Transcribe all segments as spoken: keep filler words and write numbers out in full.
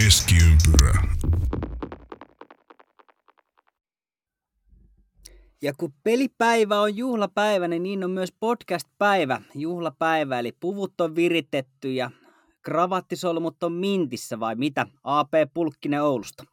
Keskiympyrä. Ja kun pelipäivä on juhlapäivä, niin on myös podcast-päivä, juhlapäivä, eli puvut on viritetty ja kravattisolmut on mintissä, vai mitä? A P Pulkkinen Oulusta.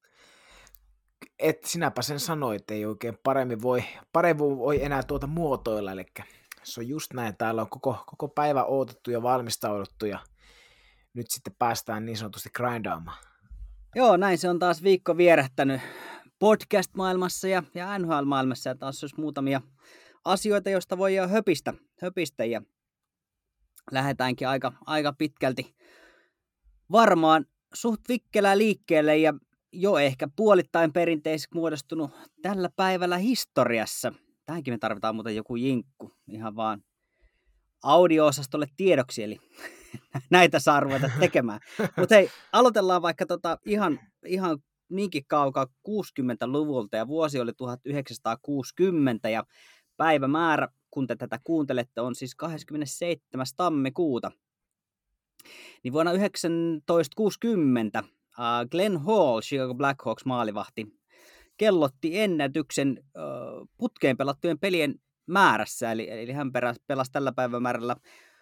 Et sinäpä sen sanoit, ei oikein paremmin voi, paremmin voi enää tuota muotoilla, eli se on just näin, täällä on koko, koko päivä odotettu ja valmistauduttu, ja nyt sitten päästään niin sanotusti grindaamaan. Joo, näin se on taas viikko vierähtänyt podcast-maailmassa ja, ja N H L-maailmassa, ja taas olisi muutamia asioita, joista voi jo höpistä, höpistä, ja lähdetäänkin aika, aika pitkälti varmaan suht vikkelää liikkeelle, ja jo ehkä puolittain perinteiseksi muodostunut tällä päivällä historiassa. Tähänkin me tarvitaan muuten joku jinkku, ihan vaan audio-osastolle tiedoksi, eli näitä saa ruveta tekemään. Mutta hei, aloitellaan vaikka tota ihan, ihan niinkin kaukaa kuusikymmentäluvulta, ja vuosi oli tuhatyhdeksänsataakuusikymmentä, ja päivämäärä, kun te tätä kuuntelette, on siis kahdeskymmenesseitsemäs tammikuuta. Niin vuonna tuhatyhdeksänsataakuusikymmentä uh, Glenn Hall, Chicago Blackhawks maalivahti, kellotti ennätyksen uh, putkeen pelattujen pelien määrässä, eli, eli hän peräs, pelasi tällä päivämäärällä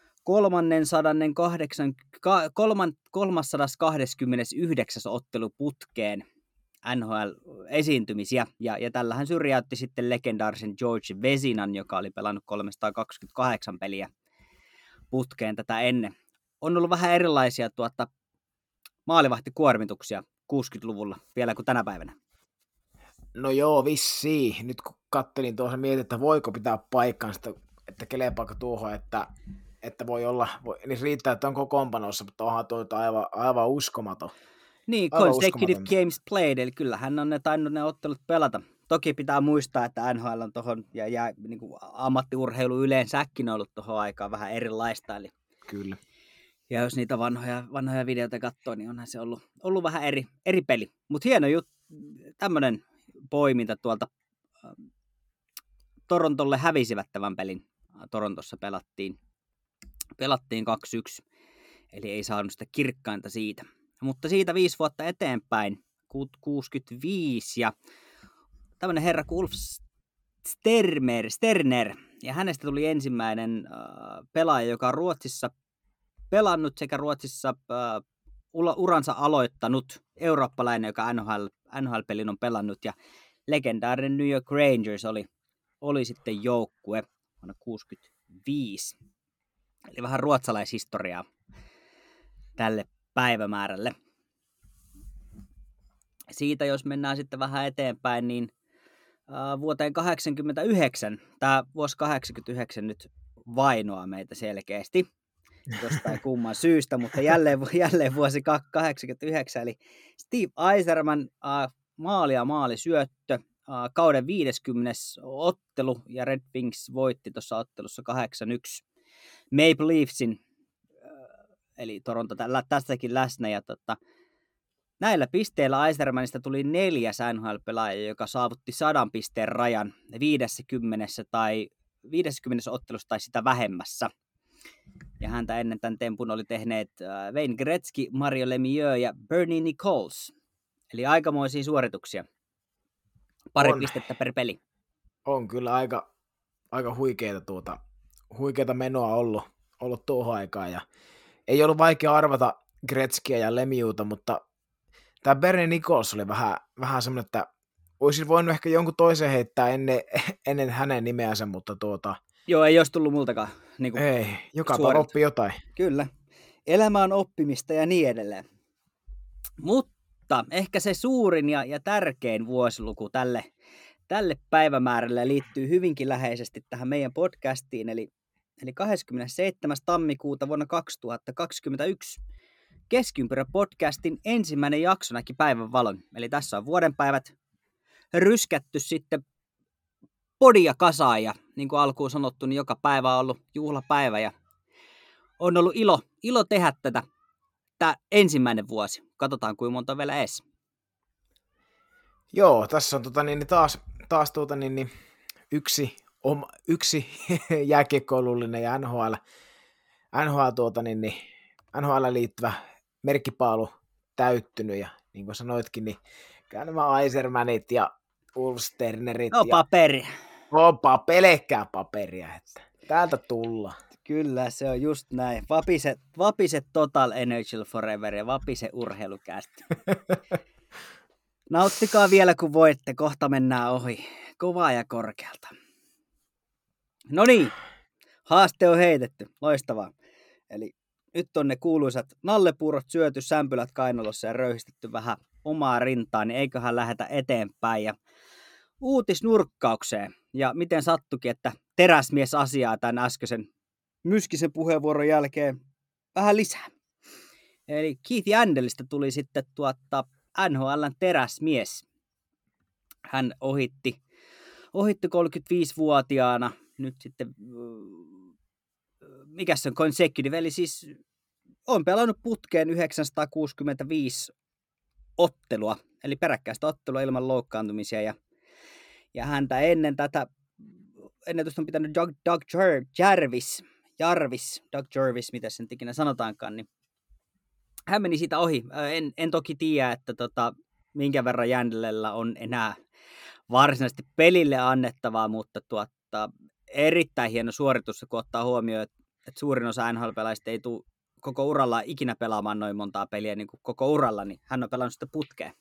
kolmassasadaskaksikymmentäyhdeksän ottelu putkeen N H L-esiintymisiä, ja, ja tällä hän syrjäytti sitten legendaarisen George Vesinan, joka oli pelannut kolmesataakaksikymmentäkahdeksan peliä putkeen tätä ennen. On ollut vähän erilaisia tuota, maalivahtikuormituksia kuusikymmentäluvulla vielä kuin tänä päivänä. No joo, vissiin. Nyt kun kattelin tuossa, mietin, että voiko pitää paikkansa, että kelepaako tuohon, että, että voi olla, voi, niin riittää, että on kokoonpanossa, mutta onhan tuo aivan, aivan uskomaton. Niin, consecutive games played, eli kyllähän on ne tainnut ne ottelut pelata. Toki pitää muistaa, että N H L on tuohon, ja, ja niin kuin ammattiurheilu yleensäkin on ollut tuohon aikaan vähän erilaista. Eli, kyllä. Ja jos niitä vanhoja, vanhoja videoita katsoo, niin onhan se ollut, ollut vähän eri, eri peli. Mutta hieno juttu, tämmöinen poiminta tuolta äh, Torontolle hävisivät tämän pelin. Torontossa pelattiin, pelattiin kaksi yksi, eli ei saanut sitä kirkkainta siitä. Mutta siitä viisi vuotta eteenpäin, kuusikymmentäviisi, ja tämmöinen herra kuin Ulf Stermer, Sterner, ja hänestä tuli ensimmäinen äh, pelaaja, joka on Ruotsissa pelannut sekä Ruotsissa äh, uransa aloittanut eurooppalainen, joka N H L, N H L-pelin on pelannut, ja legendaarinen New York Rangers oli, oli sitten joukkue vuonna kuusikymmentäviisi. Eli vähän ruotsalaishistoriaa tälle päivämäärälle. Siitä jos mennään sitten vähän eteenpäin, niin äh, vuoteen kahdeksankymmentäyhdeksän, tämä vuosi kahdeksankymmentäyhdeksän nyt vainoaa meitä selkeästi, jostain kumman syystä, mutta jälleen, jälleen vuosi kahdeksankymmentäyhdeksän, eli Steve Yzerman, äh, maali ja maalisyöttö, äh, kauden viideskymmenes ottelu, ja Red Wings voitti tuossa ottelussa kahdeksan yksi Maple Leafsin, eli Toronto tästäkin läsnä, ja tota, näillä pisteillä Yzermanista tuli neljäs N H L-pelaaja, joka saavutti sadan pisteen rajan viidessäkymmenessä tai viidessäkymmenessä ottelussa tai sitä vähemmässä. Ja häntä ennen tämän tempun oli tehneet Wayne Gretzky, Mario Lemieux ja Bernie Nichols. Eli aikamoisia suorituksia. Pari on. pistettä per peli. On kyllä aika, aika huikeita, tuota, huikeita menoa ollut, ollut tuohon aikaan. Ja ei ollut vaikea arvata Gretzkyä ja Lemieuxta, mutta tämä Bernie Nichols oli vähän, vähän semmoinen, että olisin voinut ehkä jonkun toisen heittää ennen, ennen hänen nimeänsä, mutta tuota... Joo, ei olisi tullut multakaan. Niin ei, joka päivä oppi jotain. Kyllä. Elämä on oppimista ja niin edelleen. Mutta ehkä se suurin ja, ja tärkein vuosiluku tälle, tälle päivämäärälle liittyy hyvinkin läheisesti tähän meidän podcastiin, eli, eli kahdeskymmenesseitsemäs tammikuuta vuonna kaksituhattakaksikymmentäyksi. Keskiympyrä-podcastin ensimmäinen jakso näki päivän valon. Eli tässä on vuodenpäivät ryskätty sitten podia kasaan, ja niin kuin alkuun sanottu, niin joka päivä on ollut juhlapäivä, ja on ollut ilo, ilo tehdä tätä. Tämä ensimmäinen vuosi. Katsotaan, kuinka monta on vielä edes. Joo, tässä on tota, niin, taas, taas tuota, niin, yksi, om, yksi jääkiekkoilullinen ja N H L, N H L, tuota, niin, N H L liittyvä merkkipaalu täyttynyt, ja niin kuin sanoitkin, niin kyllä nämä Isermanit ja Ulsternerit No ja paperi. opa, pelkkää paperia, että täältä tullaan. Kyllä, se on just näin. Vapise, vapise Total Energy Forever ja vapise urheilukästi. Nauttikaa vielä kun voitte, kohta mennään ohi. Kovaa ja korkealta. No niin, haaste on heitetty. Loistavaa. Eli nyt on ne kuuluisat nallepuurot syöty, sämpylät kainalossa ja röyhistetty vähän omaa rintaan, niin eiköhän lähdetä eteenpäin. Ja uutisnurkkaukseen. Ja miten sattukin, että teräsmies asiaa tämän äskeisen myskisen puheenvuoron jälkeen vähän lisää. Eli Keith Yandelista tuli sitten tuotta N H L:n teräsmies. Hän ohitti, ohitti kolmekymmentäviisivuotiaana nyt sitten, mikä se on, consecutive, eli siis on pelannut putkeen yhdeksänsataakuusikymmentäviisi ottelua, eli peräkkäistä ottelua ilman loukkaantumisia, ja, ja häntä ennen tätä ennätystä on pitänyt Doug, Doug Jarvis, Jarvis, Doug Jarvis, mitä sen ikinä sanotaankaan, niin hän meni siitä ohi. En, en toki tiedä, että tota, minkä verran Jandelellä on enää varsinaisesti pelille annettavaa, mutta tuotta, erittäin hieno suoritus, kun ottaa huomioon, että, että suurin osa N H L-pelaajista ei tule koko uralla ikinä pelaamaan noin montaa peliä niin kuin koko uralla, niin hän on pelannut sitä putkeen.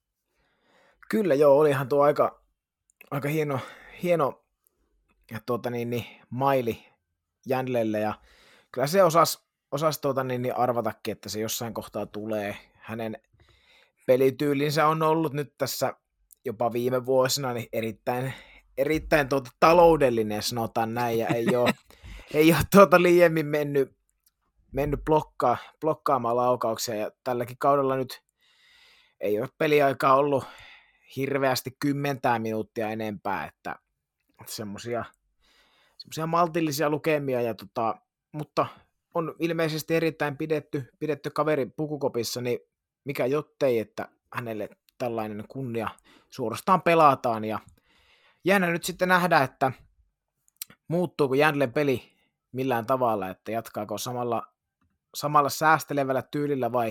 Kyllä joo, olihan tuo aika, aika hieno, hieno ja tuota niin, niin, maili Jandlelle, ja kyllä se osasi, osasi tuota niin, niin arvatakin, että se jossain kohtaa tulee. Hänen pelityylinsä on ollut nyt tässä jopa viime vuosina niin erittäin, erittäin tuota, taloudellinen, sanotaan näin, ja ei ole, ei ole tuota liiemmin mennyt, mennyt blokkaa, blokkaamaan laukauksia, ja tälläkin kaudella nyt ei ole peliaikaa ollut hirveästi kymmentää minuuttia enempää, että semmoisia semmoisia maltillisia lukemia, ja tota, mutta on ilmeisesti erittäin pidetty, pidetty kaveri pukukopissa, niin mikä jottei, että hänelle tällainen kunnia suorastaan pelataan, ja jännä nyt sitten nähdä, että muuttuuko Jandlen peli millään tavalla, että jatkaako samalla, samalla säästelevällä tyylillä, vai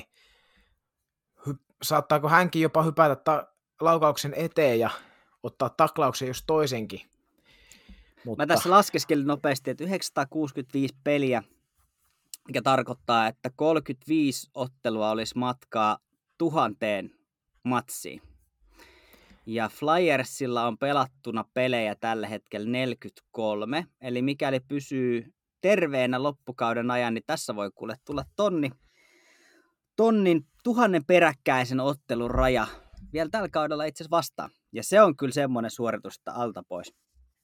hy, saattaako hänkin jopa hypätä ta- laukauksen eteen ja ottaa taklauksen jos toisenkin. Mutta... Mä tässä laskeskelin nopeasti, että yhdeksänsataakuusikymmentäviisi peliä, mikä tarkoittaa, että kolmekymmentäviisi ottelua olisi matkaa tuhanteen matsiin. Ja Flyersilla on pelattuna pelejä tällä hetkellä neljäkymmentäkolme, eli mikäli pysyy terveenä loppukauden ajan, niin tässä voi kuule tulla tonni, tonnin tuhannen peräkkäisen ottelun raja vielä tällä kaudella itse asiassa vastaan. Ja se on kyllä semmoinen suoritus, että alta pois.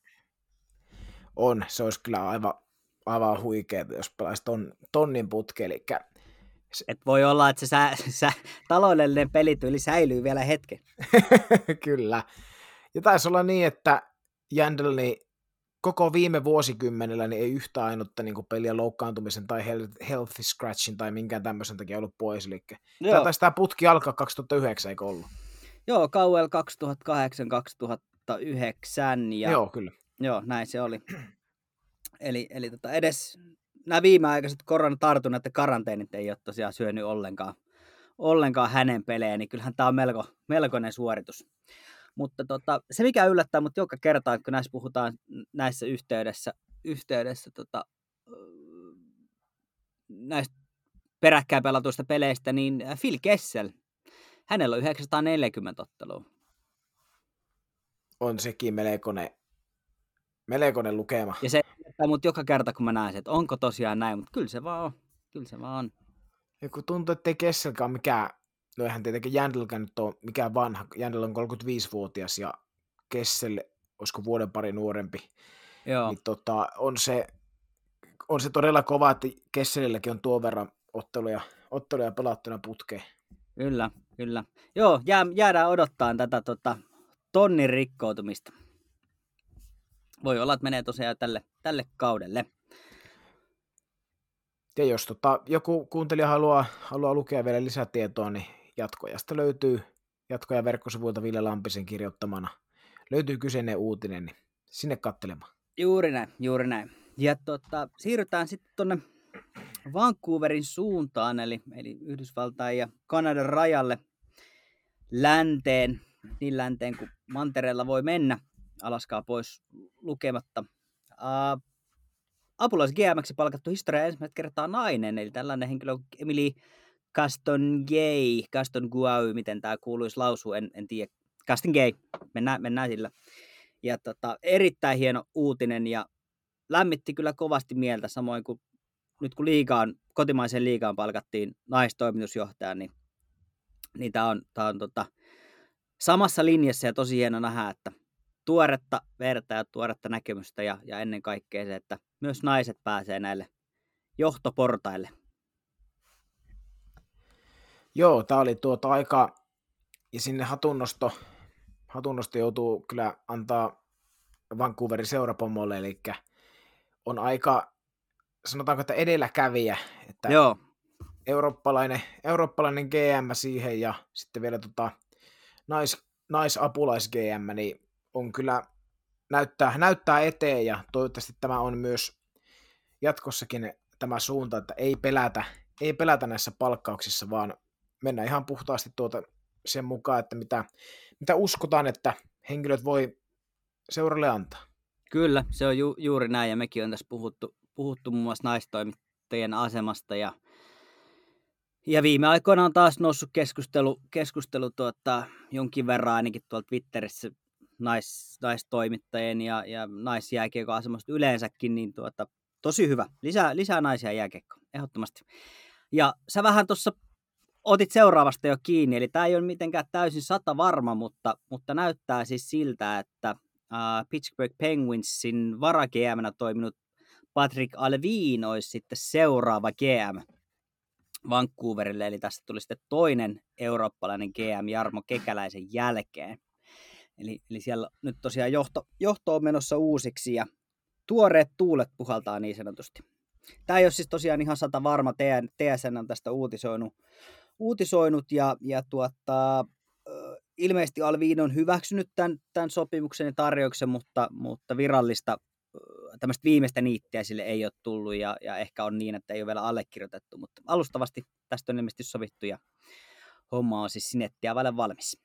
On, se olisi kyllä aivan, aivan huikeaa, jos pelaisi ton, tonnin putke. Eli... Et voi olla, että se sä, sä, taloudellinen pelityyli säilyy vielä hetken. Kyllä. Ja taisi olla niin, että Jandl niin koko viime vuosikymmenellä niin ei yhtä ainutta niin peliä loukkaantumisen tai healthy scratchin tai minkään tämmöisen takia ollut pois. Eli tämä taisi tämä putki alkaa kaksituhattayhdeksän, eikö ollut? Joo, kaudella kaksituhattakahdeksan kaksituhattayhdeksän. Ja... Joo, kyllä. Joo, näin se oli. Eli, eli tota edes nämä viimeaikaiset koronatartunnat ja karanteenit ei ole tosiaan syönyt ollenkaan, ollenkaan hänen pelejä, niin kyllähän tämä on melko, melkoinen suoritus. Mutta tota, se mikä yllättää mut joka kerta, kun näissä puhutaan näissä yhteydessä, yhteydessä tota, näistä peräkkäin pelatuista peleistä, niin Phil Kessel, hänellä on yhdeksänsataaneljäkymmentä ottelua. On sekin melkoinen, melkoinen lukema. Ja se yllättää mut joka kerta, kun mä näen että onko tosiaan näin, mutta kyllä se vaan on. Kyllä se vaan on. Ja kun tuntuu, että ei Kesselkaan mikään, no eihän tietenkin Jandlkään nyt ole mikään vanha, Jandl on kolmekymmentäviisivuotias ja Kessel, olisiko vuoden pari nuorempi, Joo. Niin tota, on, se, on se todella kova, että Kesselilläkin on tuon verran otteluja, otteluja pelattuna putkeen. Kyllä, kyllä. Joo, jää, jäädään odottaa tätä tota, tonnin rikkoutumista. Voi olla, että menee tosiaan tälle, tälle kaudelle. Ja jos tota, joku kuuntelija haluaa, haluaa lukea vielä lisätietoa, niin jatkojasta löytyy jatkoja verkkosivuilta Ville Lampisen kirjoittamana. Löytyy kyseinen uutinen, niin sinne katselemaan. Juuri näin, juuri näin. Ja tota, siirrytään sitten tuonne Vancouverin suuntaan, eli, eli Yhdysvaltain ja Kanadan rajalle länteen, niin länteen kuin mantereella voi mennä, Alaskaa pois lukematta. Uh, apulais G M:ksi palkattu historia ensimmäistä kertaa nainen, eli tällainen henkilö on Emily Castonguay, Castonguay, miten tämä kuuluisi lausua, en, en tiedä. Castonguay, mennään, mennään sillä. Ja tota, erittäin hieno uutinen ja lämmitti kyllä kovasti mieltä, samoin kuin nyt kun liigaan, kotimaiseen liigaan palkattiin naistoimitusjohtaja, niin, niin tämä on, tää on tota, samassa linjassa ja tosi hieno nähdä, että tuoretta verta ja tuoretta näkemystä ja, ja ennen kaikkea se, että myös naiset pääsee näille johtoportaille. Joo, tämä oli tuota aika, ja sinne hatunnosto, hatunnosto joutuu kyllä antaa Vancouverin seurapomolle, eli on aika, sanotaanko, että edelläkävijä, että Joo. Eurooppalainen, eurooppalainen G M siihen ja sitten vielä tota nais, naisapulais G M, niin on kyllä näyttää, näyttää eteen ja toivottavasti tämä on myös jatkossakin tämä suunta, että ei pelätä, ei pelätä näissä palkkauksissa, vaan mennään ihan puhtaasti tuota sen mukaan, että mitä, mitä uskotaan, että henkilöt voi seuralle antaa. Kyllä, se on ju, juuri näin ja mekin on tässä puhuttu, puhuttu muun muassa naistoimittajien asemasta ja Ja viime aikoina on taas noussut keskustelu, keskustelu tuota, jonkin verran ainakin tuolla Twitterissä nais, naistoimittajien ja, ja naisjääkiekon asemasta yleensäkin, niin tuota, tosi hyvä. Lisää, lisää naisia jääkiekkoon, ehdottomasti. Ja sä vähän tuossa otit seuraavasta jo kiinni, eli tämä ei ole mitenkään täysin sata varma, mutta, mutta näyttää siis siltä, että uh, Pittsburgh Penguinsin vara G M:nä toiminut Patrick Allvin olisi sitten seuraava G M Vancouverille, eli tästä tuli sitten toinen eurooppalainen G M Jarmo Kekäläisen jälkeen. Eli, eli siellä nyt tosiaan johto, johto on menossa uusiksi ja tuoreet tuulet puhaltaa niin sanotusti. Tämä ei ole siis tosiaan ihan sata varma, T S N on tästä uutisoinut, uutisoinut ja, ja tuota, ilmeisesti Allvin on hyväksynyt tämän, tämän sopimuksen ja tarjouksen, mutta, mutta virallista tämmöistä viimeistä niittiä sille ei ole tullut ja, ja ehkä on niin, että ei ole vielä allekirjoitettu, mutta alustavasti tästä on ilmeisesti sovittu ja homma on siis sinettiä vaille valmis.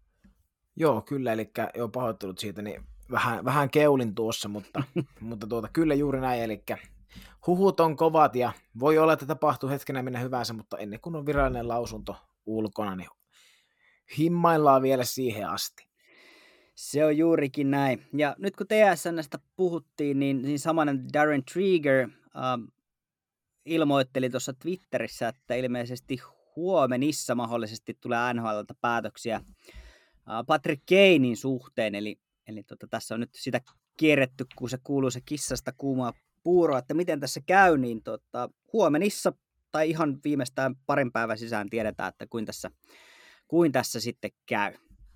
Joo, kyllä, eli jo pahoittelut siitä, niin vähän, vähän keulin tuossa, mutta, mutta tuota, kyllä juuri näin, eli huhut on kovat ja voi olla, että tapahtuu hetkenä minä hyvänsä, mutta ennen kuin on virallinen lausunto ulkona, niin himmaillaan vielä siihen asti. Se on juurikin näin. Ja nyt kun T S N:stä puhuttiin, niin, niin samanen Darren Trieger ähm, ilmoitteli tuossa Twitterissä, että ilmeisesti huomenissa mahdollisesti tulee N H L:ltä päätöksiä äh, Patrick Kanein suhteen. Eli, eli tota, tässä on nyt sitä kierretty, kun se kuuluu se kissasta kuumaa puuroa, että miten tässä käy, niin tota, huomenissa tai ihan viimeistään parin päivän sisään tiedetään, että kuin tässä, kuin tässä sitten käy.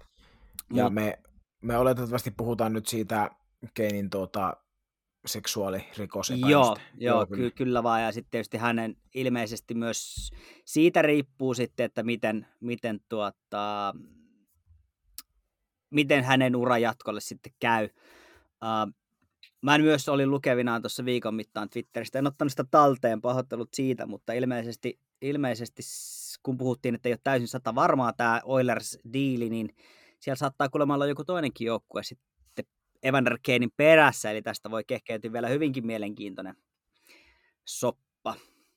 Ja Mut, me... Me oletettavasti puhutaan nyt siitä Kanein tuota, seksuaalirikosepäilystä. Joo, joo kyllä. Ky- kyllä vaan. Ja sitten tietysti hänen ilmeisesti myös siitä riippuu sitten, että miten, miten, tuota, miten hänen ura jatkolle sitten käy. Uh, mä myös olin lukevinaan tuossa viikon mittaan Twitteristä. En ottanut sitä talteen, pahoittelut siitä, mutta ilmeisesti, ilmeisesti kun puhuttiin, että ei ole täysin sata varmaa tämä Oilers-diili, niin siellä saattaa kuulemma olla joku toinenkin joukkue sitten Evander Kanein perässä, eli tästä voi kehkeytyä vielä hyvinkin mielenkiintoinen soppa.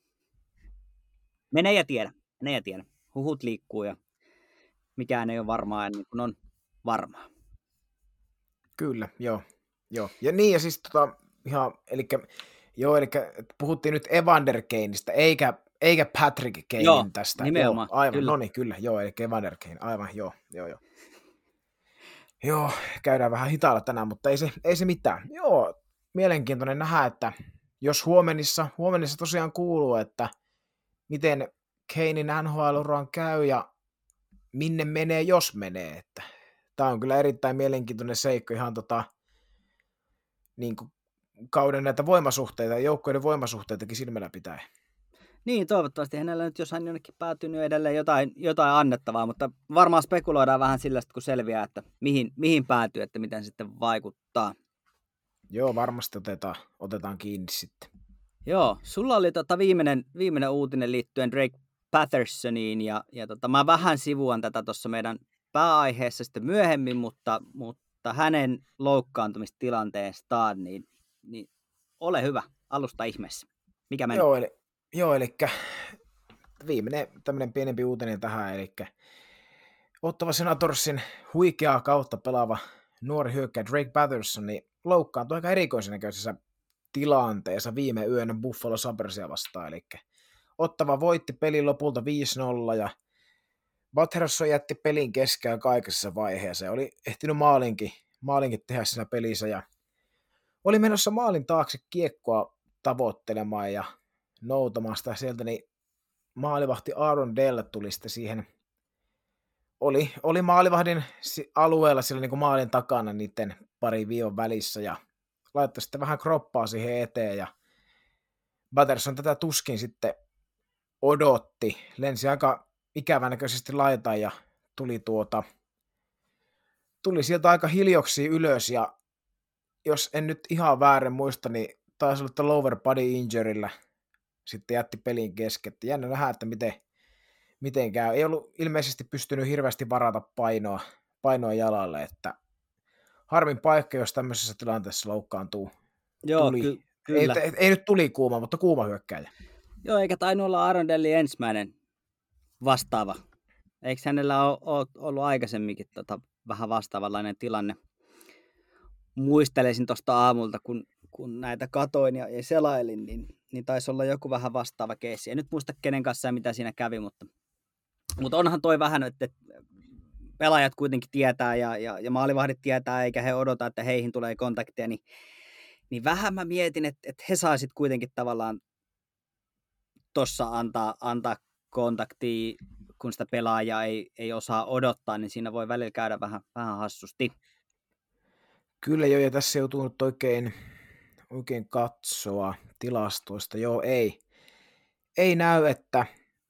Mene ja tiedä, mene ja tiedä. Huhut liikkuu ja mikään ei ole varmaa ennen kuin on varmaa. Kyllä, joo. joo. Ja niin, ja siis tota, ihan, eli, joo, eli puhuttiin nyt Evander Kaneista, eikä, eikä Patrick Kanein joo, tästä. Nimenomaan, joo, aivan, kyllä. No niin, kyllä, joo, eli Evander Kane, aivan, joo, joo, joo. Joo, käydään vähän hitaalla tänään, mutta ei se, ei se mitään. Joo, mielenkiintoinen nähdä, että jos huomenissa, huomenissa tosiaan kuuluu, että miten Kanein N H L-uraan käy ja minne menee, jos menee. Että tämä on kyllä erittäin mielenkiintoinen seikko ihan tota, niin kuin kauden näitä voimasuhteita ja joukkoiden voimasuhteitakin silmällä pitää. Niin, toivottavasti hänellä nyt, jos hän jonnekin päätyy, niin edelleen jotain, jotain annettavaa, mutta varmaan spekuloidaan vähän sillä, kun selviää, että mihin, mihin päätyy, että miten sitten vaikuttaa. Joo, varmasti otetaan, otetaan kiinni sitten. Joo, sulla oli tota viimeinen, viimeinen uutinen liittyen Drake Patersoniin, ja, ja tota, mä vähän sivuan tätä tuossa meidän pääaiheessa sitten myöhemmin, mutta, mutta hänen loukkaantumistilanteestaan, niin, niin ole hyvä, alusta ihmeessä. Mikä meni? Joo, eli, joo, eli viimeinen tämmöinen pienempi uutinen tähän, eli Ottawa Senatorsin huikeaa kautta pelaava nuori hyökkääjä Drake Patterson niin loukkaantui aika erikoisen näköisessä tilanteessa viime yönä Buffalo Sabresia vastaan, eli Ottawa voitti pelin lopulta viisi nolla ja Patterson jätti pelin keskään kaikessa vaiheessa ja oli ehtinyt maalinkin, maalinkin tehdä siinä pelissä ja oli menossa maalin taakse kiekkoa tavoittelemaan ja noutamaan sitä sieltä, niin maalivahti Aaron Dell tuli sitten siihen, oli, oli maalivahdin alueella siellä niin kuin maalin takana niiden pari viivan välissä ja laittoi sitten vähän kroppaa siihen eteen ja Patterson tätä tuskin sitten odotti, lensi aika ikävän näköisesti laitaan ja tuli tuota, tuli sieltä aika hiljoksi ylös ja jos en nyt ihan väärin muista, niin taisi olla, että lower body injuryllä sitten jätti pelin kesken. Jännä nähdä, että miten, miten käy. Ei ollut ilmeisesti pystynyt hirveästi varata painoa, painoa jalalle, että harmin paikka, jos tämmöisessä tilanteessa loukkaantuu. Joo, tuli. ky- kyllä. Ei, ei, ei nyt tuli kuuma, mutta kuuma hyökkääjä. Joo, eikä tainnut olla Aaron Dellin ensimmäinen vastaava. Eikö hänellä ole, ole ollut aikaisemminkin tota, vähän vastaavanlainen tilanne? Muistelisin tuosta aamulta, kun, kun näitä katoin ja, ja selailin, niin, niin taisi olla joku vähän vastaava keissi. En nyt muista kenen kanssa ja mitä siinä kävi, mutta, mutta onhan toi vähän, että pelaajat kuitenkin tietää ja, ja, ja maalivahdit tietää, eikä he odota, että heihin tulee kontakteja, niin, niin vähän mä mietin, että, että he saisit kuitenkin tavallaan tuossa antaa, antaa kontaktia, kun sitä pelaajaa ei, ei osaa odottaa, niin siinä voi välillä käydä vähän, vähän hassusti. Kyllä joo, ja tässä joutuu nyt oikein, oikein katsoa tilastoista. Joo, ei. Ei näy, että,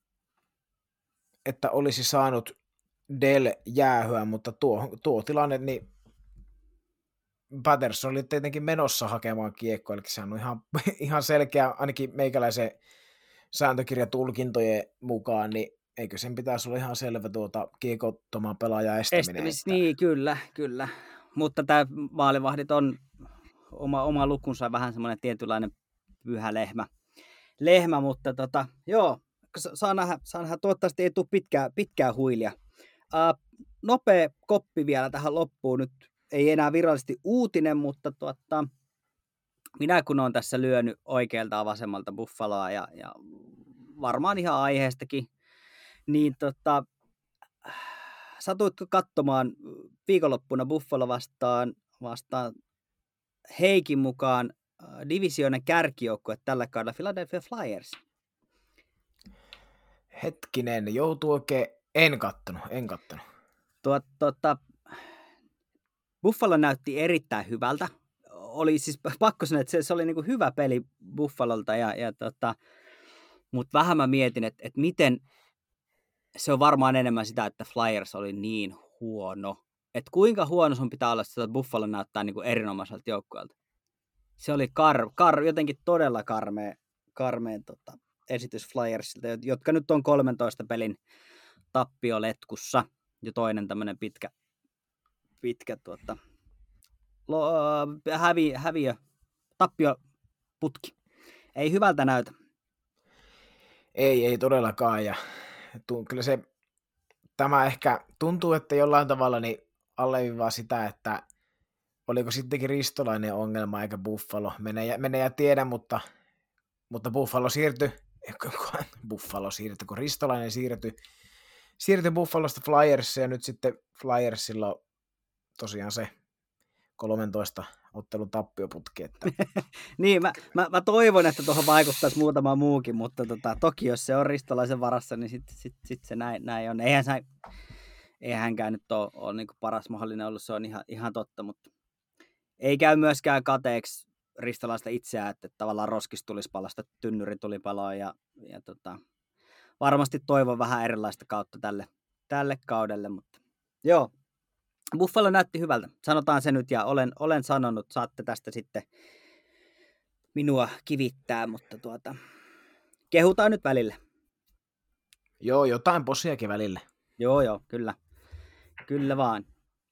että olisi saanut Dell jäähyä, mutta tuo, tuo tilanne, niin Patterson oli tietenkin menossa hakemaan kiekkoa, eli se on ihan, ihan selkeä, ainakin meikäläisen sääntökirjatulkintojen mukaan, niin eikö sen pitäisi olla ihan selvä tuota kiekottoman pelaajan estäminen? Estämis, että... Niin, kyllä, kyllä. Mutta tämä maalivahdit on oma, oma lukunsa vähän semmoinen tietynlainen pyhä lehmä, lehmä mutta tota, joo, saa nähdä, saa nähdä, toivottavasti ei tule pitkää, pitkää huilia. Uh, nopea koppi vielä tähän loppuun, nyt ei enää virallisesti uutinen, mutta tuota, minä kun olen tässä lyönyt oikealta vasemmalta Buffaloa ja, ja varmaan ihan aiheestakin, niin tota, satuitko katsomaan viikonloppuna Buffalo vastaan, vastaan Heikin mukaan äh, divisioonan kärkijoukkue tällä kaudella Philadelphia Flyers? Hetkinen, joutuu oikein, en kattonut, en kattonut. Tuot, tuota, Buffalo näytti erittäin hyvältä. Oli siis pakko sanoa, että se, se oli niin kuin hyvä peli Buffalolta, ja, ja tota, mutta vähän mä mietin, että, että miten se on varmaan enemmän sitä, että Flyers oli niin huono. Että kuinka huono sun pitää olla, että Buffalo näyttää niin kuin erinomaiselta joukkueelta. Se oli kar, kar, jotenkin todella karmea, karmea tota, esitys Flyersilta, jotka nyt on kolmentoista pelin tappioletkussa. Ja toinen tämmöinen pitkä, pitkä tuota, lo, hävi, häviö, tappioputki. Ei hyvältä näytä. Ei, ei todellakaan. Ja kyllä se, tämä ehkä tuntuu, että jollain tavalla niin alleviivaa sitä, että oliko sittenkin Ristolainen ongelma eikä Buffalo. Menee, menee ja tiedä, mutta, mutta Buffalo siirtyi, Buffalo siirtyi, kun Ristolainen siirtyi, siirtyi Buffalosta Flyersiin ja nyt sitten Flyersilla on tosiaan se kolmentoista ottelun tappioputki. Että... niin, mä, mä, mä toivon, että tuohon vaikuttaisi muutama muukin, mutta tota, toki jos se on Ristolaisen varassa, niin sitten sit, sit se näin, näin on. Eihän, sä, eihän hänkään nyt ole, ole niin kuin paras mahdollinen ollut, se on ihan, ihan totta, mutta ei käy myöskään kateeksi Ristolaista itseään, että tavallaan roskistulipalosta tynnyrintulipaloa ja, ja tota, varmasti toivon vähän erilaista kautta tälle, tälle kaudelle, mutta joo. Buffalo näytti hyvältä, sanotaan se nyt, ja olen, olen sanonut, saatte tästä sitten minua kivittää, mutta tuota, kehutaan nyt välillä. Joo, jotain posiakin välillä. Joo, joo, kyllä. Kyllä vaan.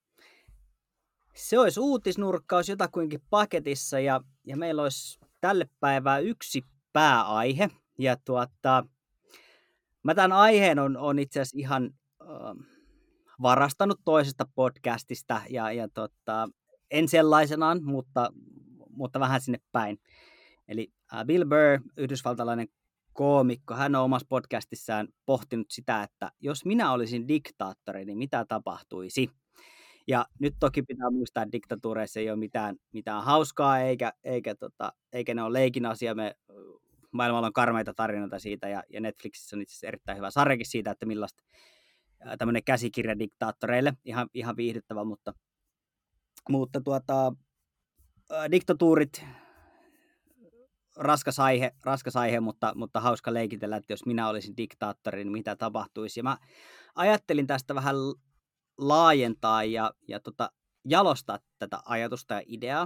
Se olisi uutisnurkkaus jotakuinkin paketissa ja, ja meillä olisi tälle päivää yksi pääaihe. Ja tuota, mä tämän aiheen on, on itse asiassa ihan äh, varastanut toisesta podcastista ja, ja tota, en sellaisenaan, mutta, mutta vähän sinne päin. Eli äh, Bill Burr, yhdysvaltalainen koomikko, hän on omassa podcastissaan pohtinut sitä, että jos minä olisin diktaattori, niin mitä tapahtuisi? Ja nyt toki pitää muistaa, että diktatuureissa ei ole mitään, mitään hauskaa, eikä, eikä, tota, eikä ne ole leikin asia. Me, maailmalla on karmeita tarinoita siitä, ja, ja Netflixissä on itse asiassa erittäin hyvä sarjakin siitä, että millaista tämmöinen käsikirja diktaattoreille, ihan, ihan viihdyttävä, mutta, mutta tuota, diktatuurit, raskas aihe, raskas aihe mutta, mutta hauska leikitellä, että jos minä olisin diktaattori, niin mitä tapahtuisi. Ja mä ajattelin tästä vähän laajentaa ja, ja tota, jalostaa tätä ajatusta ja ideaa.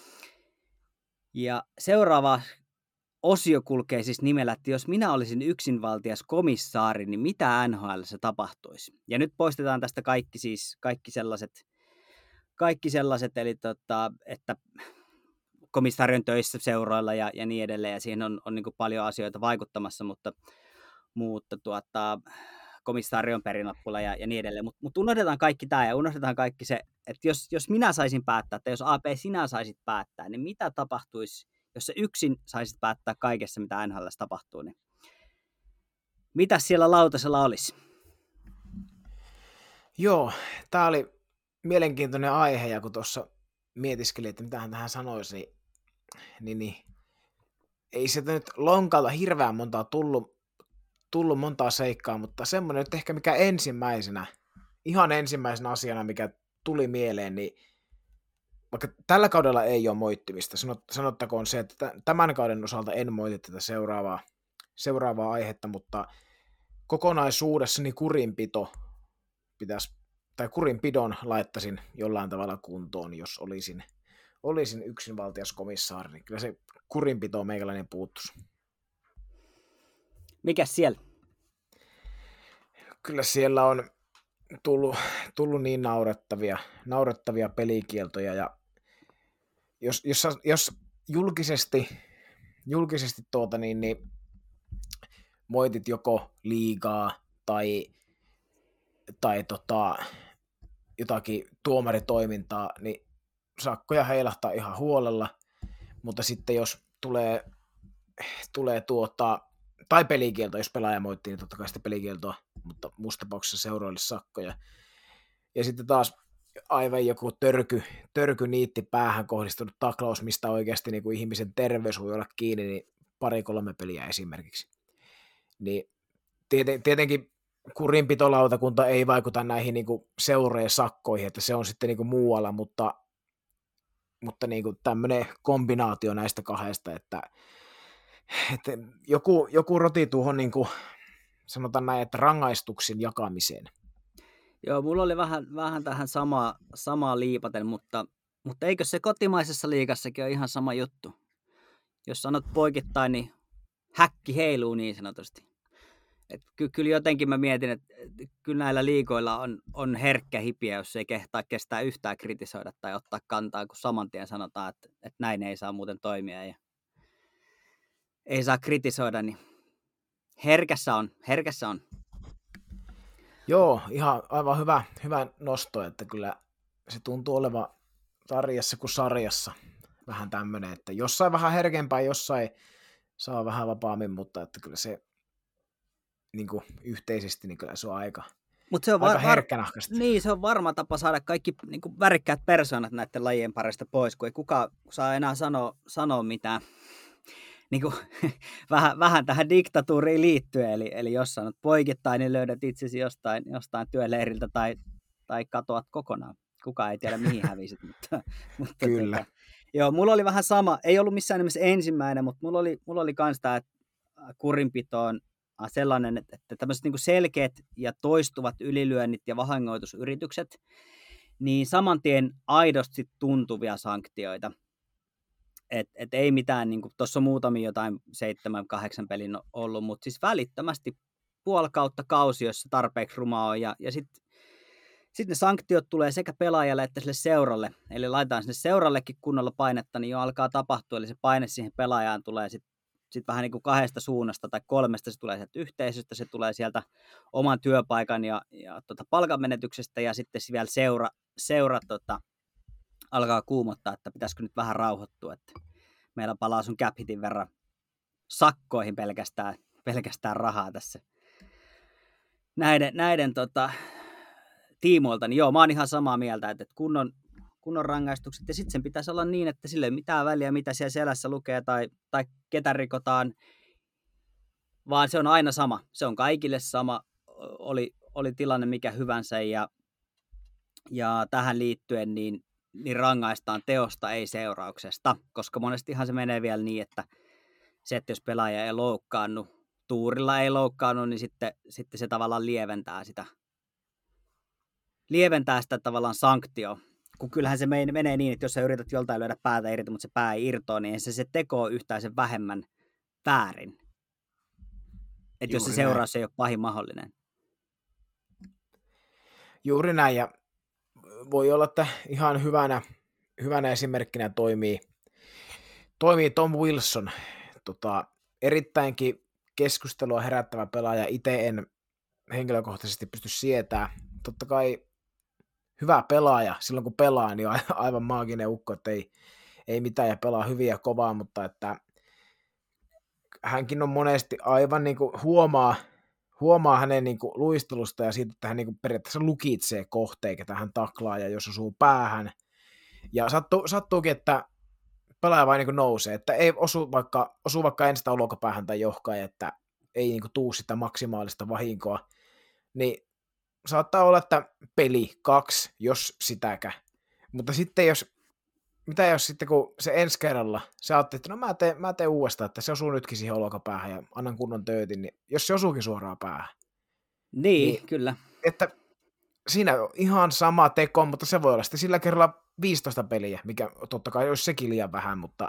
Ja seuraava osio kulkee siis nimellä, että jos minä olisin yksinvaltias komissaari, niin mitä N H L:ssä tapahtuisi? Ja nyt poistetaan tästä kaikki, siis, kaikki sellaiset, kaikki sellaiset, eli tota, että komissaari on töissä seuroilla ja, ja niin edelleen, ja siihen on, on niin kuin paljon asioita vaikuttamassa, mutta, mutta tuota, komissaari on perinappula ja, ja niin edelleen. Mutta mut unohdetaan kaikki tämä ja unohdetaan kaikki se, että jos, jos minä saisin päättää, että jos A P sinä saisit päättää, niin mitä tapahtuisi, jos sä yksin saisit päättää kaikessa, mitä N H L:ssä tapahtuu, niin mitä siellä lautasella olisi? Joo, tämä oli mielenkiintoinen aihe, ja kun tuossa mietiskelin, että mitä hän tähän sanoisi, niin, niin, niin ei sieltä nyt lonkalta hirveän montaa tullut, tullut montaa seikkaa, mutta semmoinen nyt ehkä mikä ensimmäisenä, ihan ensimmäisenä asiana, mikä tuli mieleen, niin vaikka tällä kaudella ei ole moittimista, sanottakoon se, että tämän kauden osalta en moiti tätä seuraavaa, seuraavaa aihetta, mutta kokonaisuudessa niin kurinpito pitäisi, tai kurinpidon laittaisin jollain tavalla kuntoon, jos olisin, olisin yksinvaltias komissaari, niin kyllä se kurinpito on meikäläinen puuttuisi. Mikäs siellä? Kyllä siellä on tullut, tullut niin naurettavia, naurettavia pelikieltoja, ja jos, jos, jos julkisesti, julkisesti tuota, niin, niin moitit joko liigaa tai, tai tota, jotakin tuomaritoimintaa, niin sakkoja heilahtaa ihan huolella, mutta sitten jos tulee, tulee tuota, tai pelikielto, jos pelaaja moittii, niin totta kai sitä pelikieltoa, mutta muussa tapauksessa seuroille sakkoja. Ja sitten taas aivan joku törky, törky niitti päähän kohdistunut taklaus, mistä oikeasti niin kuin ihmisen terveys voi olla kiinni, niin pari-kolme peliä esimerkiksi. Niin tieten, tietenkin kurinpitolautakunta ei vaikuta näihin niin kuin seurojen sakkoihin, että se on sitten niin kuin muualla, mutta, mutta niin kuin tämmöinen kombinaatio näistä kahdesta, että, että joku, joku roti tuohon niin kuin, sanotaan näin, että rangaistuksen jakamiseen. Joo, mulla oli vähän, vähän tähän samaa, samaa liipaten, mutta, mutta eikö se kotimaisessa liigassakin ole ihan sama juttu? Jos sanot poikittain, niin häkki heiluu niin sanotusti. Et ky- kyllä jotenkin mä mietin, että kyllä näillä liigoilla on, on herkkä hipiä, jos ei kehtaa kestää yhtään kritisoida tai ottaa kantaa, kun saman tien sanotaan, että, että näin ei saa muuten toimia ja ei saa kritisoida, niin herkässä on, herkässä on. Joo, ihan aivan hyvä, hyvä nosto, että kyllä se tuntuu olevan sarjassa kuin sarjassa vähän tämmöinen, että jossain vähän herkempää, jossain saa vähän vapaammin, mutta että kyllä se niin kuin yhteisesti niin kyllä se on aika, Mut se on aika var- herkkänahkasti. Niin, se on varma tapa saada kaikki niin kuin värikkäät persoonat näiden lajien parista pois, kun ei kukaan saa enää sanoa, sanoa mitään. Niin kuin, vähän, vähän tähän diktatuuriin liittyen, eli, eli jos sanot poikittain, niin löydät itsesi jostain, jostain työleiriltä tai, tai katoat kokonaan. Kukaan ei tiedä, mihin hävisit. Mutta, mutta Kyllä. Tota, joo, mulla oli vähän sama, ei ollut missään nimessä ensimmäinen, mutta mulla oli, mulla oli kans tämä kurinpitoon sellainen, että tämmöiset niin kuin selkeät ja toistuvat ylilyönnit ja vahingoitusyritykset, niin saman tien aidosti tuntuvia sanktioita. Et, et ei mitään, niin tuossa on muutamia jotain seitsemän, kahdeksan pelin ollut, mutta siis välittömästi puoli kautta kausi, jos se tarpeeksi ruma on. Ja, ja sitten sit ne sanktiot tulee sekä pelaajalle että sille seuralle. Eli laitetaan sinne seurallekin kunnolla painetta, niin jo alkaa tapahtua. Eli se paine siihen pelaajaan tulee sitten sit vähän niin kuin kahdesta suunnasta tai kolmesta. Se tulee sieltä yhteisöstä, se tulee sieltä oman työpaikan ja, ja tota palkanmenetyksestä. Ja sitten vielä seura, seura tota, alkaa kuumottaa, että pitäisikö nyt vähän rauhoittua, että meillä palaa sun cap hitin verran sakkoihin pelkästään, pelkästään rahaa tässä näiden, näiden tota, tiimoilta. Niin joo, mä oon ihan samaa mieltä, että kunnon, kunnon rangaistukset, ja sitten sen pitäisi olla niin, että sillä ei ole mitään väliä, mitä siellä selässä lukee tai, tai ketä rikotaan, vaan se on aina sama. Se on kaikille sama, oli, oli tilanne mikä hyvänsä, ja, ja tähän liittyen niin niin rangaistaan teosta, ei seurauksesta, koska monestihan se menee vielä niin, että se, että jos pelaaja ei loukkaannu, tuurilla ei loukkaannu, niin sitten, sitten se tavallaan lieventää sitä, lieventää sitä tavallaan sanktioa. Kun kyllähän se menee niin, että jos sä yrität joltain löydä päätä irti, mutta se pää ei irtoa, niin se, se teko yhtään sen vähemmän väärin. Että jos se seuraus ei ole pahin mahdollinen. Juuri näin, ja voi olla, että ihan hyvänä, hyvänä esimerkkinä toimii, toimii Tom Wilson. Tota, erittäinkin keskustelua herättävä pelaaja. Itse en henkilökohtaisesti pysty sietämään. Totta kai hyvä pelaaja, silloin kun pelaa, niin on aivan maaginen ukko, että ei, ei mitään ja pelaa hyviä ja kovaa, mutta että hänkin on monesti aivan niin kuin huomaa, huomaa hänen niin kuin luistelusta ja siitä, että hän niin kuin periaatteessa lukitsee kohteen, ketä hän taklaa, ja jos osuu päähän. Ja sattuu, sattuukin, että pelaaja vain niin kuin nousee, että ei osu vaikka, osu vaikka ensin olkapäähän tai johkaan, että ei niin kuin tuu sitä maksimaalista vahinkoa. Niin saattaa olla, että peli kaksi, jos sitäkään. Mutta sitten jos, mitä jos sitten kun se ensi kerralla, se ajattelee, että no mä teen, mä teen uudestaan, että se osuu nytkin siihen olkapäähän ja annan kunnon töötin, niin jos se osuukin suoraan päähän. Niin, niin kyllä. Että siinä on ihan sama teko, mutta se voi olla sitten sillä kerralla viisitoista peliä, mikä totta kai olisi sekin liian vähän, mutta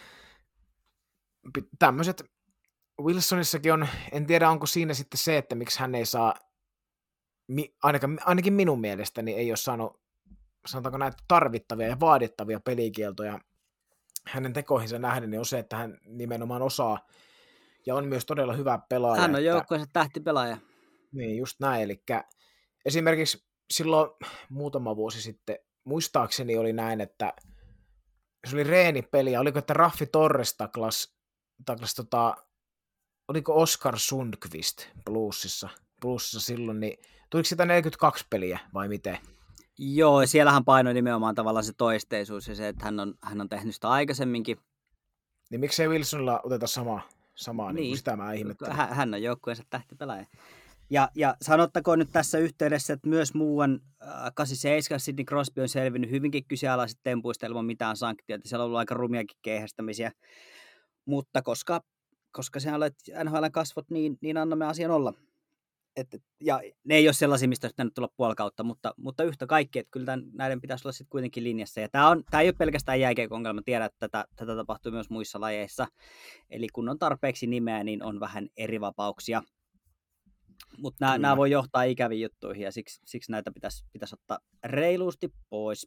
tämmöiset Wilsonissakin on, en tiedä onko siinä sitten se, että miksi hän ei saa, ainakin, ainakin minun mielestäni ei ole saanut, sanotaanko näitä tarvittavia ja vaadittavia pelikieltoja hänen tekoihinsa nähden, niin on se, että hän nimenomaan osaa ja on myös todella hyvä pelaaja. Hän on joukkueensa tähtipelaaja. Niin, just näin. Eli esimerkiksi silloin muutama vuosi sitten, muistaakseni oli näin, että se oli reenipeli, ja oliko, että Raffi Torres taklas, taklas tota, oliko Oskar Sundqvist Bluesissa, Bluesissa silloin, niin tuliko sitä neljäkymmentäkaksi peliä vai miten? Joo, siellähän painoi nimenomaan tavallaan se toisteisuus ja se, että hän on, hän on tehnyt sitä aikaisemminkin. Niin miksei Wilsonilla oteta samaa, samaa niin, niin sitä mä ihmettelen. Hän, hän on joukkueensa tähtipelaaja. Ja, ja sanottakoon nyt tässä yhteydessä, että myös muuan äh, kahdeksankymmentäseitsemän Sidney Crosby on selvinnyt hyvinkin kyseenalaiset tempuista ilman mitään sanktioita. Siellä on ollut aika rumiakin keihästämisiä. Mutta koska, koska sä olet N H L:n kasvot, niin, niin annamme asian olla. Et, ja ne ei ole sellaisia, mistä olisi pitänyt tulla puoli kautta, mutta, mutta yhtä kaikki, että kyllä tämän, näiden pitäisi olla sitten kuitenkin linjassa. Ja tämä, on, tämä ei ole pelkästään jääkiekko-ongelma, tiedän, että tätä, tätä tapahtuu myös muissa lajeissa. Eli kun on tarpeeksi nimeä, niin on vähän eri vapauksia. Mutta nämä, nämä voi johtaa ikäviin juttuihin ja siksi, siksi näitä pitäisi, pitäisi ottaa reilusti pois.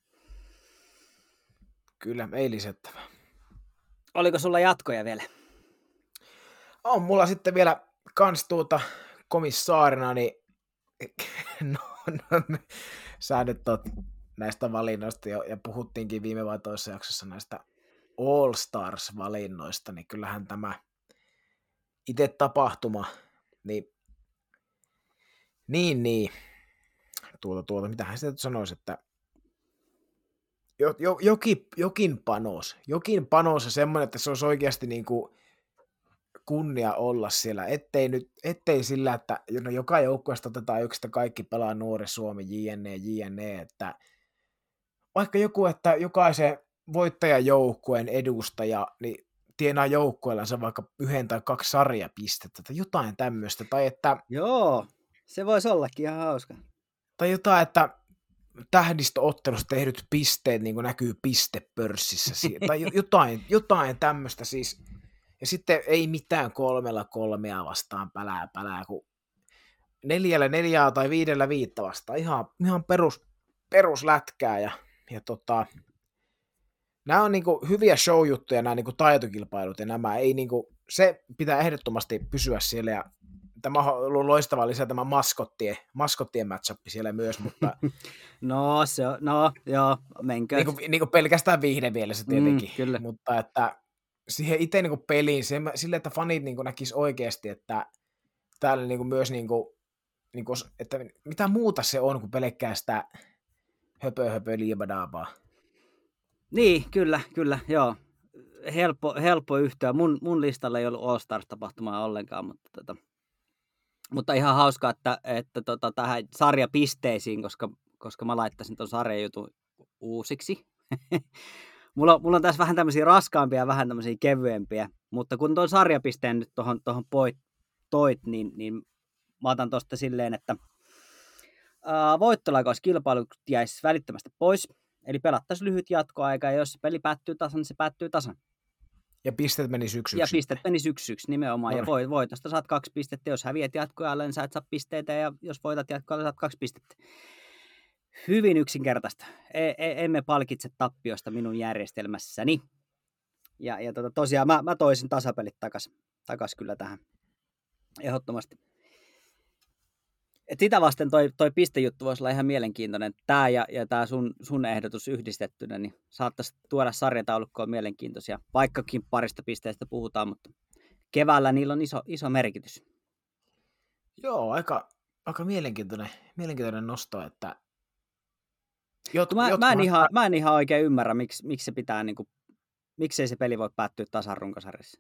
Kyllä, ei lisättävä. Oliko sulla jatkoja vielä? On mulla sitten vielä kans tuota komissaarina, niin no, no, sä nyt oot näistä valinnoista jo, ja puhuttiinkin viime vai toisessa jaksossa näistä All Stars-valinnoista, niin kyllähän tämä itse tapahtuma, niin niin, niin, tuota, tuota, mitähän sitä sanoisi, että jo, jo, jokin, jokin panos, jokin panos ja semmoinen, että se olisi oikeasti niin kuin kunnia olla siellä, ettei, nyt, ettei sillä, että no, joka joukkueesta otetaan yksistä kaikki pelaa nuori Suomi, jne, jne, että vaikka joku, että jokaisen voittajajoukkueen edustaja, niin tienaa joukkueellansa vaikka yhden tai kaksi sarjapistettä tai jotain tämmöistä, tai että joo, se voisi ollakin ihan hauska. Tai jotain, että tähdistöottelussa tehdyt pisteet niin kuin näkyy pistepörssissä, tai jotain, jotain tämmöistä siis. Ja sitten ei mitään kolmella kolmea vastaan pälää pälää, kun neljällä neljää tai viidellä viittä vastaan. Ihan, ihan perus, peruslätkää. Ja, ja tota, nämä on niinku hyviä show-juttuja, nämä niinku taitokilpailut, ja nämä ei niinku, se pitää ehdottomasti pysyä siellä, ja tämä on ollut loistava lisää tämä maskottien, maskottien match-up siellä myös, mutta no, se on, no, joo, menkö. Niinku, niinku pelkästään viihdemielessä tietenkin, mm, kyllä. mutta että siihen itse niinku peliin, sille, että fanit niinku näkis oikeasti, että täällä niinku myös, niinku, niinku, että mitä muuta se on kuin pelkkää sitä höpö höpö liibadaabaa. Niin, kyllä, kyllä, joo. Helppo, helppo yhtyä. Mun, mun listalla ei ollut All-Stars-tapahtumaa ollenkaan, mutta, tota, mutta ihan hauskaa, että, että tota, tähän sarjapisteisiin, koska, koska mä laittaisin ton sarjajutun uusiksi. mulla, on, mulla on tässä vähän tämmöisiä raskaampia ja vähän tämmöisiä kevyempiä, mutta kun tuon sarjapisteen nyt tuohon tohon toit, niin, niin mä otan tuosta silleen, että ää, voittolaukaus-kilpailu jäisi välittömästi pois. Eli pelattaisiin lyhyt jatkoaika, ja jos se peli päättyy tasan, niin se päättyy tasan. Ja pisteet menisi yksi Ja pistet menisi yksi yksi nimenomaan. No. Ja voit, voitosta saat kaksi pistettä. Jos häviät jatkoajalle, niin sä et saa pisteitä. Ja jos voitat jatkoajalle, saat kaksi pistettä. Hyvin yksinkertaista. E- e- emme palkitse tappiosta minun järjestelmässäni. Ja, ja tota, tosiaan mä, mä toisin tasapelit takaisin takas kyllä tähän. Ehdottomasti. Et sitä vasten toi, toi pistejuttu voisi olla ihan mielenkiintoinen. Tämä ja, ja tämä sun, sun ehdotus yhdistettynä, niin saattaisi tuoda sarjataulukkoon mielenkiintoisia. Vaikkakin parista pisteestä puhutaan, mutta keväällä niillä on iso, iso merkitys. Joo, aika, aika mielenkiintoinen, mielenkiintoinen nosto, että Jot, mä, mä, en ihan, mä en ihan oikein ymmärrä, miksi, miksi se pitää, niin kuin, miksei se peli voi päättyä tasan runkosarjassa.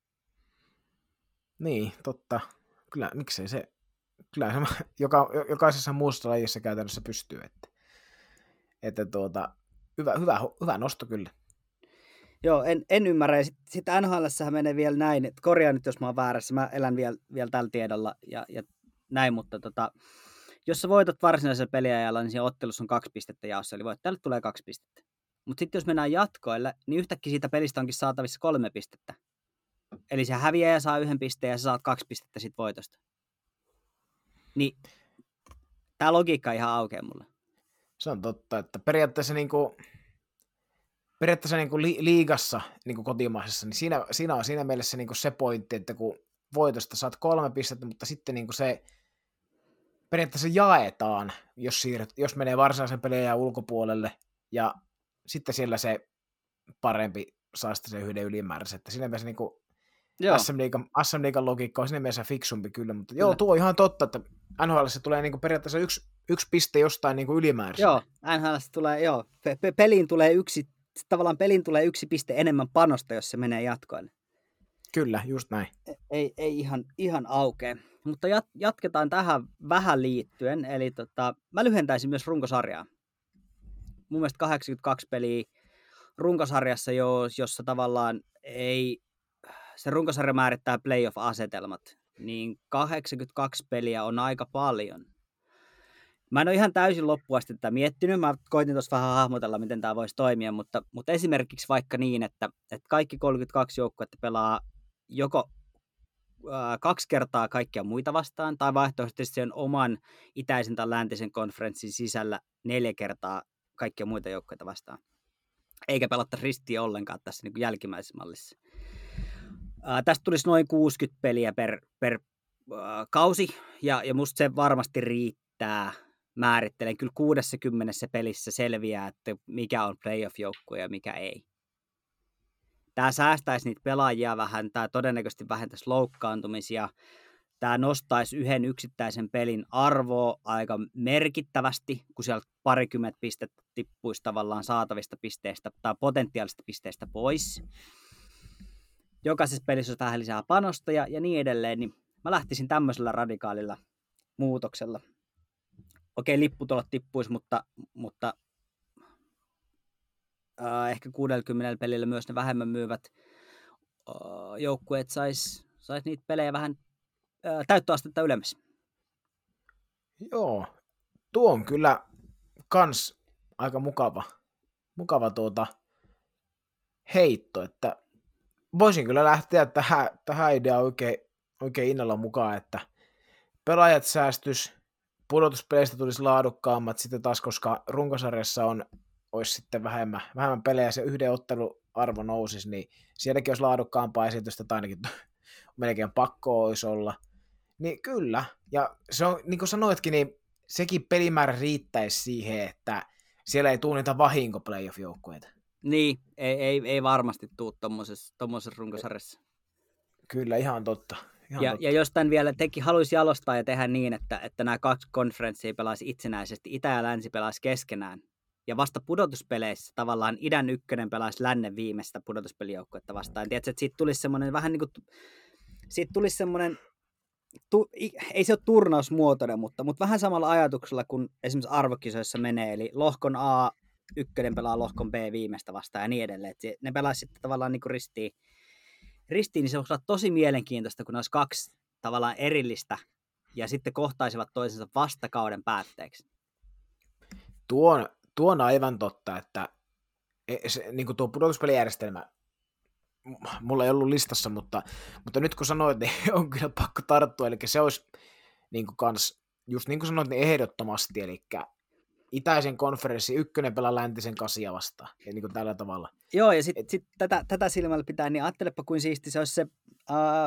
Niin, totta. Kyllä, miksei se, kyllä se joka, jokaisessa muussa lajissa käytännössä pystyy, että, että tuota, hyvä, hyvä, hyvä nosto kyllä. Joo, en, en ymmärrä. Ja sitten sit N H L:ssähän menee vielä näin, että korjaan nyt, jos mä oon väärässä, mä elän vielä, vielä tällä tiedolla ja, ja näin, mutta tota, jos sä voitat varsinaisella peliajalla, niin siinä ottelussa on kaksi pistettä jaossa, eli voittajalle tulee kaksi pistettä. Mutta sitten jos mennään jatkoille, niin yhtäkkiä siitä pelistä onkin saatavissa kolme pistettä. Eli se häviäjä saa yhden pisteen ja sä saat kaksi pistettä sit voitosta. Niin tää logiikka ihan aukeaa mulle. Se on totta, että periaatteessa niinku, periaatteessa niinku li, liigassa niinku kotimaisessa, niin siinä, siinä on siinä mielessä niinku se pointti, että kun voitosta saat kolme pistettä, mutta sitten niinku se periaatteessa jaetaan, jos, siirret, jos menee varsinaisen pelejä ulkopuolelle, ja sitten siellä se parempi saa sitten se yhden ylimääräisen, että siinä mielessä niinku S M Liigan logiikka on siinä mielessä fiksumpi kyllä, mutta joo, tuo on ihan totta, että N H L:ssä tulee niinku periaatteessa yksi, yksi piste jostain niinku ylimääräisenä. Joo, N H L:ssä tulee, joo, pe- peliin tulee yksi, tavallaan peliin tulee yksi piste enemmän panosta, jos se menee jatkoille. Kyllä, just näin. Ei, ei ihan, ihan aukea. Mutta jat, jatketaan tähän vähän liittyen, eli tota, mä lyhentäisin myös runkosarjaa. Mun mielestä kahdeksankymmentäkaksi peliä runkosarjassa, jossa tavallaan ei, se runkosarja määrittää playoff-asetelmat, niin kahdeksankymmentäkaksi peliä on aika paljon. Mä en ole ihan täysin loppuun asti tätä miettinyt, mä koitin tuossa vähän hahmotella, miten tämä voisi toimia, mutta, mutta esimerkiksi vaikka niin, että, että kaikki kolmekymmentäkaksi joukkuetta pelaa joko ää, kaksi kertaa kaikkia muita vastaan, tai vaihtoehtoisesti sen oman itäisen tai läntisen konferenssin sisällä neljä kertaa kaikkia muita joukkueita vastaan. Eikä pelatta ristiä ollenkaan tässä niin kuin jälkimmäisessä mallissa. Ää, tästä tulisi noin kuusikymmentä peliä per, per ää, kausi, ja, ja musta se varmasti riittää. Määrittelen. Kyllä kuudessakymmenessä pelissä selviää, että mikä on playoff-joukkue ja mikä ei. Tämä säästäisi niitä pelaajia vähän, tämä todennäköisesti vähentäisi loukkaantumisia, tämä nostaisi yhden yksittäisen pelin arvoa aika merkittävästi, kun siellä parikymmentä pistettä tippuisi tavallaan saatavista pisteistä tai potentiaalisista pisteistä pois. Jokaisessa pelissä on vähän lisää panosta ja, ja niin edelleen, niin mä lähtisin tämmöisellä radikaalilla muutoksella. Okei, lipputulot tippuisi, mutta, mutta äh, ehkä kuusikymmentä pelillä myös ne vähemmän myyvät äh, joukkueet sais, sais niitä pelejä vähän äh, täyttöastetta ylemmäs. Joo, tuo on kyllä kans aika mukava, mukava tuota heitto, että voisin kyllä lähteä tähän, tähän ideaan oikein, oikein innolla mukaan, että pelaajat säästys, pudotuspeleistä tulisi laadukkaammat sitten taas, koska runkosarjassa on, olisi sitten vähemmän, vähemmän pelejä, se yhden otteluarvo nousisi, niin sielläkin olisi laadukkaampaa esitystä, tai ainakin melkein pakko olisi olla. Niin kyllä, ja se on, niin kuin sanoitkin, niin sekin pelimäärä riittäisi siihen, että siellä ei tule niitä vahinko-playoff-joukkueita. Niin, ei, ei, ei varmasti tule tuommoisessa runkosarjassa. Kyllä, ihan totta. Ihan ja, totta. ja jos tämän vielä teki, haluaisi jalostaa ja tehdä niin, että, että nämä kaksi konferenssia pelaisi itsenäisesti, Itä ja Länsi pelaisi keskenään, ja vasta pudotuspeleissä tavallaan idän ykkönen pelaisi lännen viimeistä pudotuspelijoukkuetta vastaan. Tiedätkö, että siitä tulisi semmoinen vähän niin kuin, siitä tulisi semmoinen, tu, ei se ole turnausmuotoinen, mutta, mutta vähän samalla ajatuksella kuin esimerkiksi arvokisoissa menee, eli lohkon A ykkönen pelaa lohkon B viimeistä vastaan ja niin edelleen. Että ne pelaisi sitten tavallaan niin kuin ristiin, ristiin, niin se on tosi mielenkiintoista, kun ne olisi kaksi tavallaan erillistä ja sitten kohtaisivat toisensa vasta kauden päätteeksi. Tuo on, tuo on aivan totta, että se, niin kuin tuo pudotuspelijärjestelmä, mulla ei ollut listassa, mutta, mutta nyt kun sanoit, niin on kyllä pakko tarttua, eli se olisi niin kuin kans, just niin kuin sanoit, niin ehdottomasti, eli itäisen konferenssi ykkönen pelaa läntisen kasia vastaan, ja niin kuin tällä tavalla. Joo, ja sitten sit tätä, tätä silmällä pitää, niin ajattelepa kuin siisti se olisi se uh,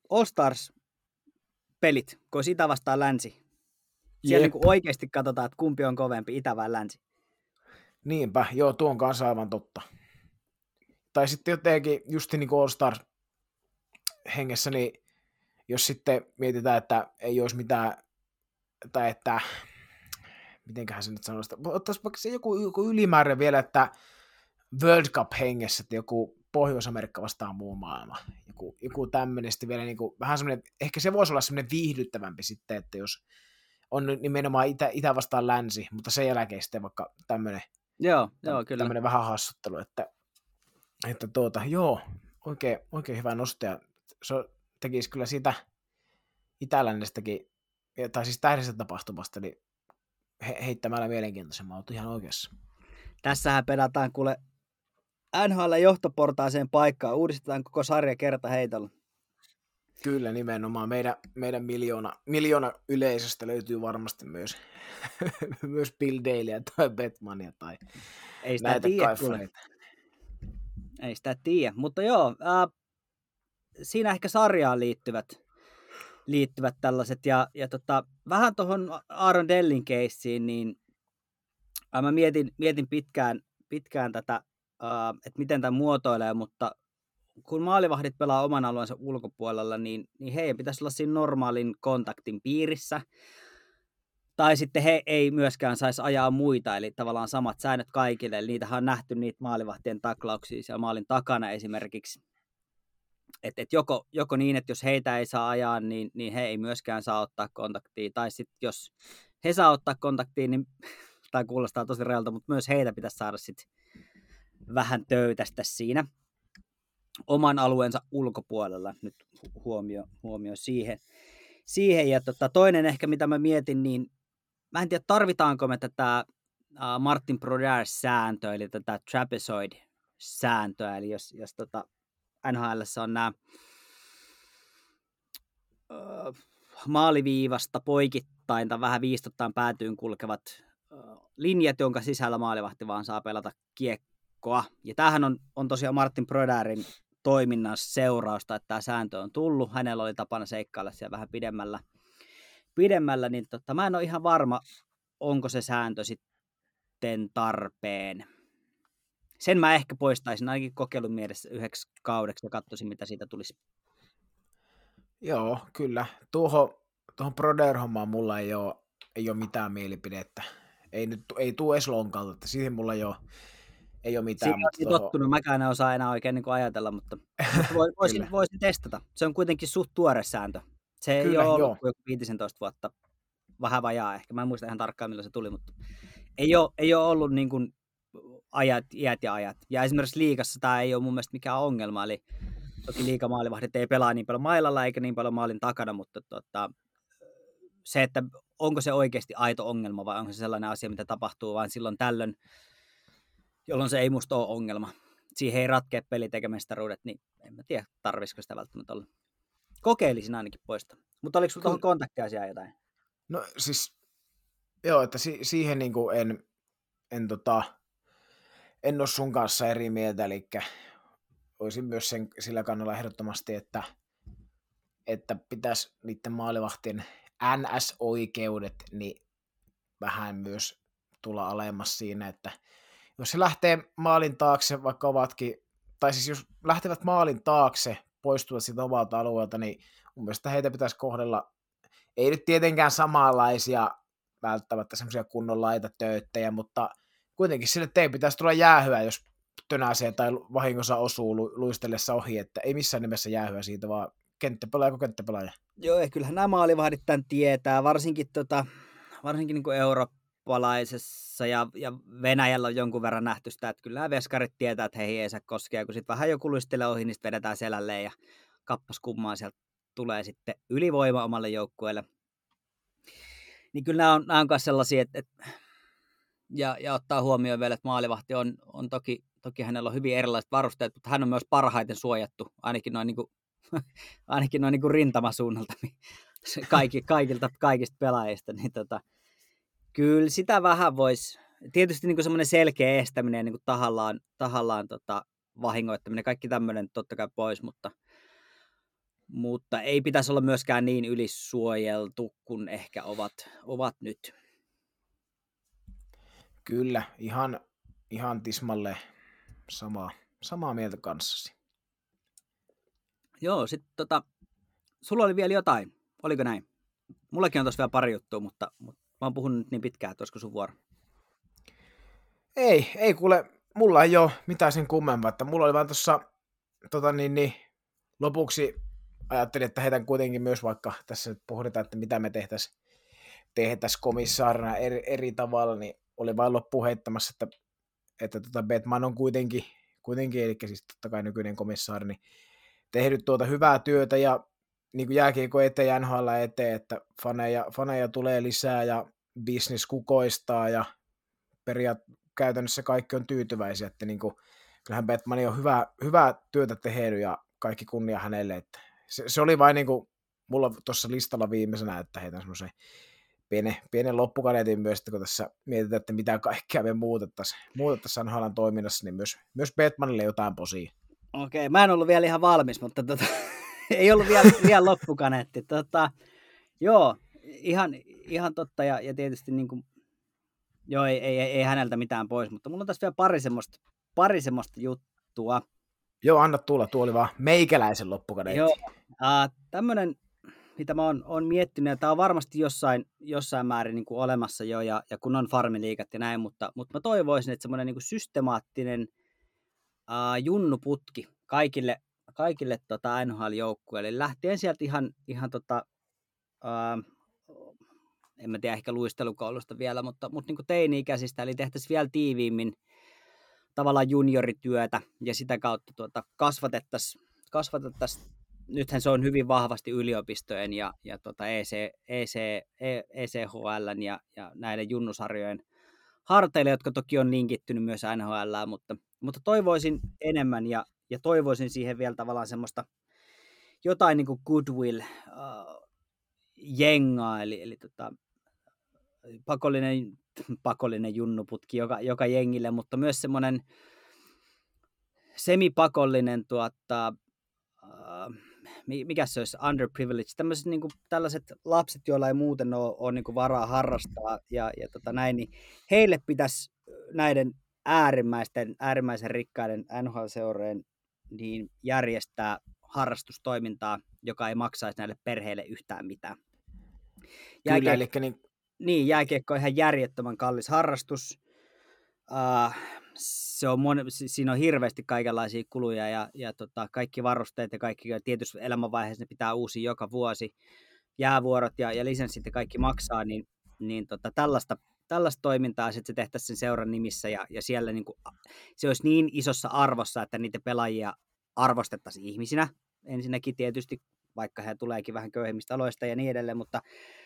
All-Stars-pelit, kun olisi itä vastaan länsi. Siellä niin oikeasti katsotaan, että kumpi on kovempi, itä vai länsi. Niinpä, joo, tuo on kanssa aivan totta. Tai sitten jotenkin just niin kuin All-Stars hengessä, niin jos sitten mietitään, että ei olisi mitään, tai että, mitenköhän se nyt sanoisi, ottaisi vaikka se joku, joku ylimäärä vielä, että World Cup hengessä, että joku Pohjois-Amerikka vastaan muu maailma, joku, joku tämmöinen sitten vielä, niin kuin, vähän semmoinen, ehkä se voisi olla semmoinen viihdyttävämpi sitten, että jos on nimenomaan itä, itä vastaan länsi, mutta sen jälkeen sitten vaikka tämmöinen, joo, joo, kyllä. tämmöinen vähän hassuttelu, että, että tuota, joo, oikein, oikein hyvä nosto, ja se tekisi kyllä siitä Itä-Lännestäkin, tai siis tähdellisestä tapahtumasta, niin he, heittämällä mielenkiintoisemman, olet ihan oikeassa. Tässähän pedataan kuule N H L-johtoportaaseen paikkaan, uudistetaan koko sarja kerta heitolla. Kyllä, nimenomaan. Meidän, meidän miljoona, miljoona yleisöstä löytyy varmasti myös, myös Bill Daleyä tai Batmania tai Ei sitä näitä tiedä, kaifareita. Ei sitä tiedä, mutta joo, äh, siinä ehkä sarjaan liittyvät, liittyvät tällaiset, ja, ja tota, vähän tuohon Aaron Dellin keissiin, niin äh, mä mietin, mietin pitkään, pitkään tätä, äh, että miten tämä muotoilee, mutta kun maalivahdit pelaa oman alueensa ulkopuolella, niin, niin heidän pitäisi olla siinä normaalin kontaktin piirissä. Tai sitten he ei myöskään saisi ajaa muita, eli tavallaan samat säännöt kaikille. Eli niitähän on nähty niitä maalivahtien taklauksia siellä maalin takana esimerkiksi. Että et joko, joko niin, että jos heitä ei saa ajaa, niin, niin he ei myöskään saa ottaa kontaktia. Tai sitten jos he saa ottaa kontaktia, niin tämä kuulostaa tosi realta, mutta myös heitä pitäisi saada sitten vähän töytästä siinä oman alueensa ulkopuolella. Nyt huomio, huomio siihen. siihen. Ja tota, toinen ehkä, mitä mä mietin, niin mä en tiedä, tarvitaanko me tätä uh, Martin Brodeur-sääntöä, eli tätä trapezoid-sääntöä, eli jos, jos tota N H L:ssä on nämä uh, maaliviivasta poikittain tai vähän viistottain päätyyn kulkevat uh, linjat, jonka sisällä maalivahti vaan saa pelata kiekkoa. Ja tämähän on, on tosiaan Martin Brodeurin toiminnan seurausta, että tämä sääntö on tullut. Hänellä oli tapana seikkailla siellä vähän pidemmällä, pidemmällä niin tota, mä en ole ihan varma, onko se sääntö sitten tarpeen. Sen mä ehkä poistaisin ainakin kokeilun mielessä yhdeksi kaudeksi ja katsoisin, mitä siitä tulisi. Joo, kyllä. Tuohon, tuohon Brodeur-hommaan mulla ei ole, ei ole mitään mielipidettä. Ei, nyt, ei tule edes lonkalta, että siihen mulla ei ole, ei ole mitään. Siinä on tuohon tottunut, mäkään en osaa enää oikein niin kuin ajatella, mutta, mutta voisin, voisin testata. Se on kuitenkin suht tuore sääntö. Se Kyllä, ei ole joo. ollut kuin viisitoista vuotta, vähän vajaa ehkä. Mä en muista ihan tarkkaan, milloin se tuli, mutta ei ole, ei ole ollut niin kuin ajat, iät ja ajat. Ja esimerkiksi liigassa tämä ei ole mun mielestä mikään ongelma, eli toki liigamaalivahdit ei pelaa niin paljon mailalla eikä niin paljon maalin takana, mutta tota, se, että onko se oikeasti aito ongelma vai onko se sellainen asia, mitä tapahtuu vain silloin tällöin, jolloin se ei musta ole ongelma. Siihen ei ratkea pelitekemestaruudet, niin en mä tiedä, tarvisiko sitä välttämättä olla. Kokeilisin ainakin poistaa. Mutta oliko sulla tuohon kontaktiasiaan jotain? No siis, joo, että si- siihen niin kuin en, en, tota, en ole sun kanssa eri mieltä, eli olisin myös sen, sillä kannalla ehdottomasti, että, että pitäisi niiden maalivahtien N S-oikeudet niin vähän myös tulla alemmas siinä, että jos se lähtee maalin taakse, vaikka ovatkin, tai siis jos lähtevät maalin taakse, poistuvat siitä omalta alueelta, niin mun mielestä heitä pitäisi kohdella, ei nyt tietenkään samanlaisia välttämättä semmoisia kunnon laitatöyttejä, mutta kuitenkin sille teidän pitäisi tulla jäähyä, jos tönäsee tai vahingossa osuu lu- luistellessa ohi, että ei missään nimessä jäähyä siitä, vaan kenttäpelaaja kuin kenttäpelaaja. Joo, ja kyllähän nämä maalivahdit tämän tietää, varsinkin, tota, varsinkin niin kuin eurooppalaisessa ja, ja Venäjällä on jonkun verran nähty sitä, että kyllä nämä veskarit tietää, että heihin ei saa koskea, kun sitten vähän joku luistelee ohi, niin sitten vedetään selälleen ja kappas kummaa sieltä tulee sitten ylivoima omalle joukkueelle. Niin kyllä nämä on, nämä on myös sellaisia, että, että ja, ja ottaa huomioon vielä, että maalivahti on, on toki, toki hänellä on hyvin erilaiset varusteet, mutta hän on myös parhaiten suojattu, ainakin noin niin kuin, ainakin noin niin kuin rintamasuunnalta, kaikki, kaikilta, kaikista pelaajista, niin tota, kyllä sitä vähän voisi, tietysti niin kuin semmoinen selkeä estäminen, niin kuin tahallaan, tahallaan tota, vahingoittaminen, kaikki tämmöinen totta kai pois, mutta, mutta ei pitäisi olla myöskään niin ylisuojeltu kuin ehkä ovat, ovat nyt. Kyllä, ihan, ihan tismalle samaa, samaa mieltä kanssasi. Joo, sitten tota, sulla oli vielä jotain, oliko näin? Mullakin on tossa vielä pari juttua, mutta, mutta mä oon puhunut nyt niin pitkään, että olisiko sun vuoro? Ei, ei kuule, mulla ei ole mitään sen kummempaa, että mulla oli vaan tuossa tota niin, niin, lopuksi ajattelin, että heitän kuitenkin myös, vaikka tässä nyt pohditaan, että mitä me tehtäisiin tehtäisi komissaarina eri, eri tavalla, niin oli vain loppu heittämässä, että, että tota Bettman on kuitenkin, kuitenkin, eli siis totta kai nykyinen komissaari, niin tehnyt tuota hyvää työtä ja niin kuin jääkiekko eteen ja N H L eteen, että faneja, faneja tulee lisää ja business kukoistaa ja periaat- käytännössä kaikki on tyytyväisiä, että niin kuin, kyllähän Bettman on hyvää, hyvää työtä tehnyt ja kaikki kunnia hänelle, että se, se oli vain niin kuin mulla tuossa listalla viimeisenä, että heitän semmoisen pienen, pienen loppukaneetin myös, että kun tässä mietitään, että mitä kaikkea me muutettaisiin, muutettaisiin N H L:n toiminnassa, niin myös, myös Bettmanille jotain posia. Okei, mä en ollut vielä ihan valmis, mutta tota, ei ollut vielä, vielä loppukaneetti. Tota, joo, ihan, ihan totta ja, ja tietysti niin kuin, joo, ei, ei, ei häneltä mitään pois, mutta mulla on tässä vielä pari semmoista, pari semmoista juttua. Joo, anna tulla, tuo oli vaan meikäläisen loppukaneetti. Joo, äh, tämmöinen, mitä mä oon, oon miettinyt, ja tää on varmasti jossain, jossain määrin niin kuin olemassa jo, ja, ja kun on farmiliigat ja näin, mutta, mutta mä toivoisin, että semmoinen niin kuin systemaattinen äh, junnuputki kaikille, kaikille tota N H L-joukkueille, lähtien sieltä ihan, ihan tota, äh, en mä tiedä, ehkä luistelukoulusta vielä, mutta, mutta niin kuin teini-ikäisistä, eli tehtäisiin vielä tiiviimmin tavallaan juniorityötä, ja sitä kautta tuota, kasvatettaisiin, kasvatettaisiin, nythän se on hyvin vahvasti yliopistojen ja, ja tuota E C, E C, E C H L:n ja, ja näiden junnusarjojen harteille, jotka toki on linkittynyt myös N H L:ään, mutta, mutta toivoisin enemmän, ja, ja toivoisin siihen vielä tavallaan semmoista jotain niin kuin goodwill uh, jengaa, eli, eli tota, pakollinen, pakollinen junnuputki joka, joka jengille, mutta myös semmoinen semipakollinen, tuota, uh, mikä se olisi, underprivileged, tämmöiset niin kuin tällaiset lapset, joilla ei muuten ole, ole niin kuin varaa harrastaa ja, ja tota näin, niin heille pitäisi näiden äärimmäisten, äärimmäisen rikkaiden N H L-seurojen niin järjestää harrastustoimintaa, joka ei maksaisi näille perheille yhtään mitään. Kyllä, Jääkiek- eli niin... Niin, jääkiekko on ihan järjettömän kallis harrastus. Uh, se on mon... Siinä on hirveästi kaikenlaisia kuluja ja, ja tota, kaikki varusteet ja kaikki tietysti elämänvaiheessa ne pitää uusia joka vuosi. Jäävuorot ja, ja lisenssit ja kaikki maksaa, niin, niin tota, tällaista, tällaista toimintaa sitten se tehtäisiin sen seuran nimissä ja, ja siellä niin kuin, se olisi niin isossa arvossa, että niitä pelaajia arvostettaisiin ihmisinä. Ensinnäkin tietysti, vaikka he tuleekin vähän köyhemmistä aloista ja niin edelleen, mutta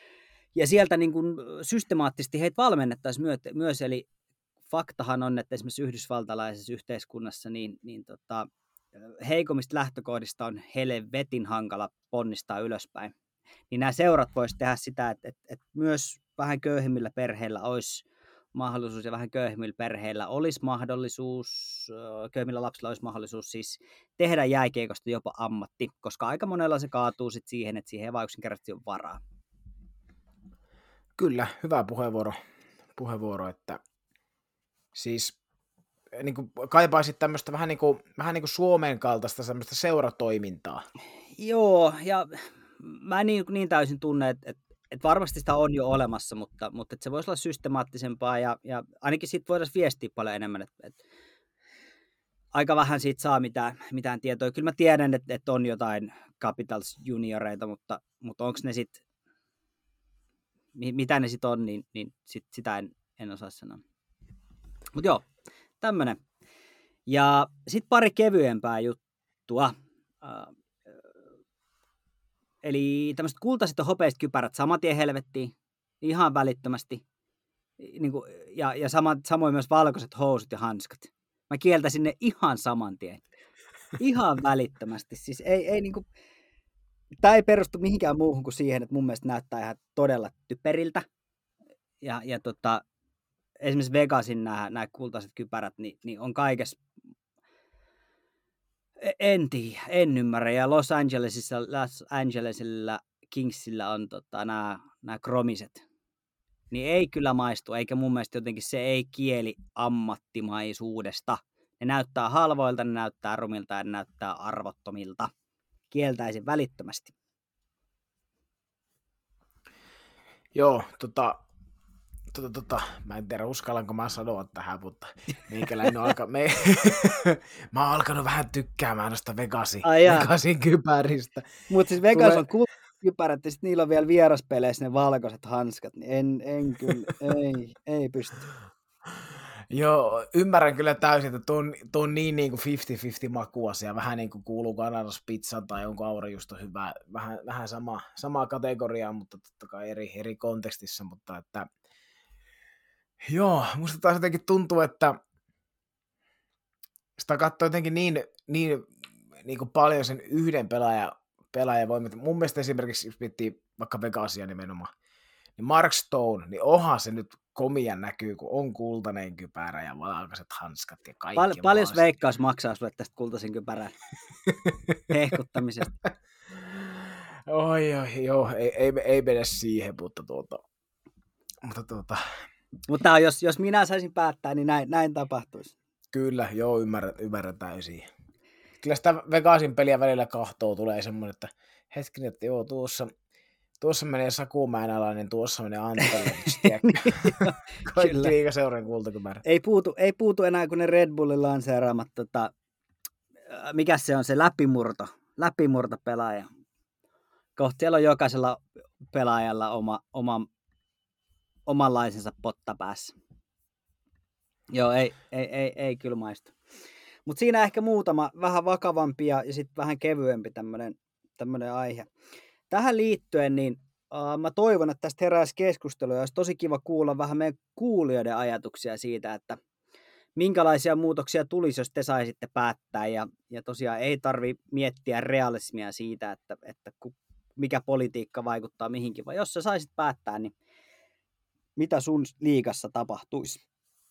ja sieltä niin kuin systemaattisesti heitä valmennettaisiin myös, eli faktahan on, että esimerkiksi yhdysvaltalaisessa yhteiskunnassa niin, niin tota, heikommista lähtökohdista on helvetin hankala ponnistaa ylöspäin. Niin nämä seurat voisivat tehdä sitä, että, että, että myös vähän köyhimmillä perheillä olisi mahdollisuus ja vähän köyhimmillä perheillä olisi mahdollisuus, köyhimmillä lapsilla olisi mahdollisuus siis tehdä jääkiekosta jopa ammatti, koska aika monella se kaatuu sit siihen, että siihen ei vaan yksinkertaisesti ole varaa. Kyllä, hyvä puheenvuoro, puheenvuoro että siis niin kuin kaipaisit tämmöistä vähän niin kuin, vähän niin kuin Suomen kaltaista semmoista seuratoimintaa. Joo, ja mä en niin, niin täysin tunne, että, että, että varmasti sitä on jo olemassa, mutta, mutta että se voisi olla systemaattisempaa, ja, ja ainakin siitä voitaisiin viestiä paljon enemmän, että, että aika vähän siitä saa mitään, mitään tietoa. Kyllä mä tiedän, että, että on jotain Capitals junioreita, mutta, mutta onko ne sitten, mitä ne sitten on, niin, niin sit, sitä en, en osaa sanoa. Mutta joo, tämmönen. Ja sitten pari kevyempää juttua. Uh, eli tämmöiset kultaiset ja hopeiset kypärät saman tien helvettiin, ihan välittömästi. Niin kuin, ja ja sama, samoin myös valkoiset housut ja hanskat. Mä kieltäisin ne ihan saman tien. Ihan välittömästi. Siis ei, ei niinku, tämä ei perustu mihinkään muuhun kuin siihen, että mun mielestä näyttää ihan todella typeriltä. Ja, ja tota, esimerkiksi Vegasin nämä, nämä kultaiset kypärät, niin, niin on kaikessa, en tiedä, en ymmärrä. Ja Los Angelesissa, Los Angelesilla Kingsillä on tota, nämä, nämä kromiset. Niin ei kyllä maistu, eikä mun mielestä jotenkin se ei kieli ammattimaisuudesta. Ne näyttää halvoilta, ne näyttää rumilta ja ne näyttää arvottomilta. Kieltäisin välittömästi. Joo, tota, tota, tota, mä en tiedä uskallanko mä sanoa tähän, mutta meikäläinen on alka, me, mä oon alkanut vähän tykkäämään noista Vegasin, Vegasin kypäristä. Mutta siis Vegas Tule... on kultakypärät ja sitten niillä on vielä vieraspeleissä ne valkoiset hanskat, niin en, en kyllä, ei, ei pysty. Joo, ymmärrän kyllä täysin, että tuo on, tuo on niin, niin kuin viisikymmentä viisikymmentä makuasia, vähän niin kuin kuuluuko ananaspizzan tai onko aurajuusto hyvä, vähän, vähän sama, samaa kategoriaa, mutta totta kai eri, eri kontekstissa, mutta että joo, musta taas jotenkin tuntuu, että sitä katsoo jotenkin niin, niin, niin kuin paljon sen yhden pelaajan, pelaajan voimat. Mun mielestä esimerkiksi, jos miettii vaikka Vegasia nimenomaan, niin Mark Stone, niin onhan se nyt komia näkyy, kun on kultainen kypärä ja valkoiset hanskat ja kaikki. Pal- paljon Veikkaus maksaa sulle tästä kultaisen kypärän hehkuttamisesta? Oi, oi, joo, ei, ei, ei mene siihen, mutta tuota... Mutta, tuota... mutta jos, jos minä saisin päättää, niin näin, näin tapahtuisi. Kyllä, joo, ymmärrän, ymmärrän täysin. Kyllä sitä Vegasin peliä välillä kahtoo, tulee semmoinen, että hetkinen, että joo, tuossa... Tuossa menee Sakumäen alainen, tuossa menee Antalle. Kaikki liigaseuran kultakypärä. Ei puutu, ei puutu enää kuin ne Red Bullin lanseeraamat, tota, mikä se on se läpimurto, läpimurto pelaaja. Kohta siellä on jokaisella pelaajalla oma, oma, omanlaisensa potta päässä. Joo, ei, ei, ei, ei kyllä maistu. Mutta siinä ehkä muutama vähän vakavampi ja, ja sitten vähän kevyempi tämmöinen aihe. Tähän liittyen, niin uh, mä toivon, että tästä heräisi keskustelua, ja olisi tosi kiva kuulla vähän meidän kuulijoiden ajatuksia siitä, että minkälaisia muutoksia tulisi, jos te saisitte päättää, ja, ja tosiaan ei tarvitse miettiä realismia siitä, että, että mikä politiikka vaikuttaa mihinkin, vaan jos sä saisit päättää, niin mitä sun liigassa tapahtuisi?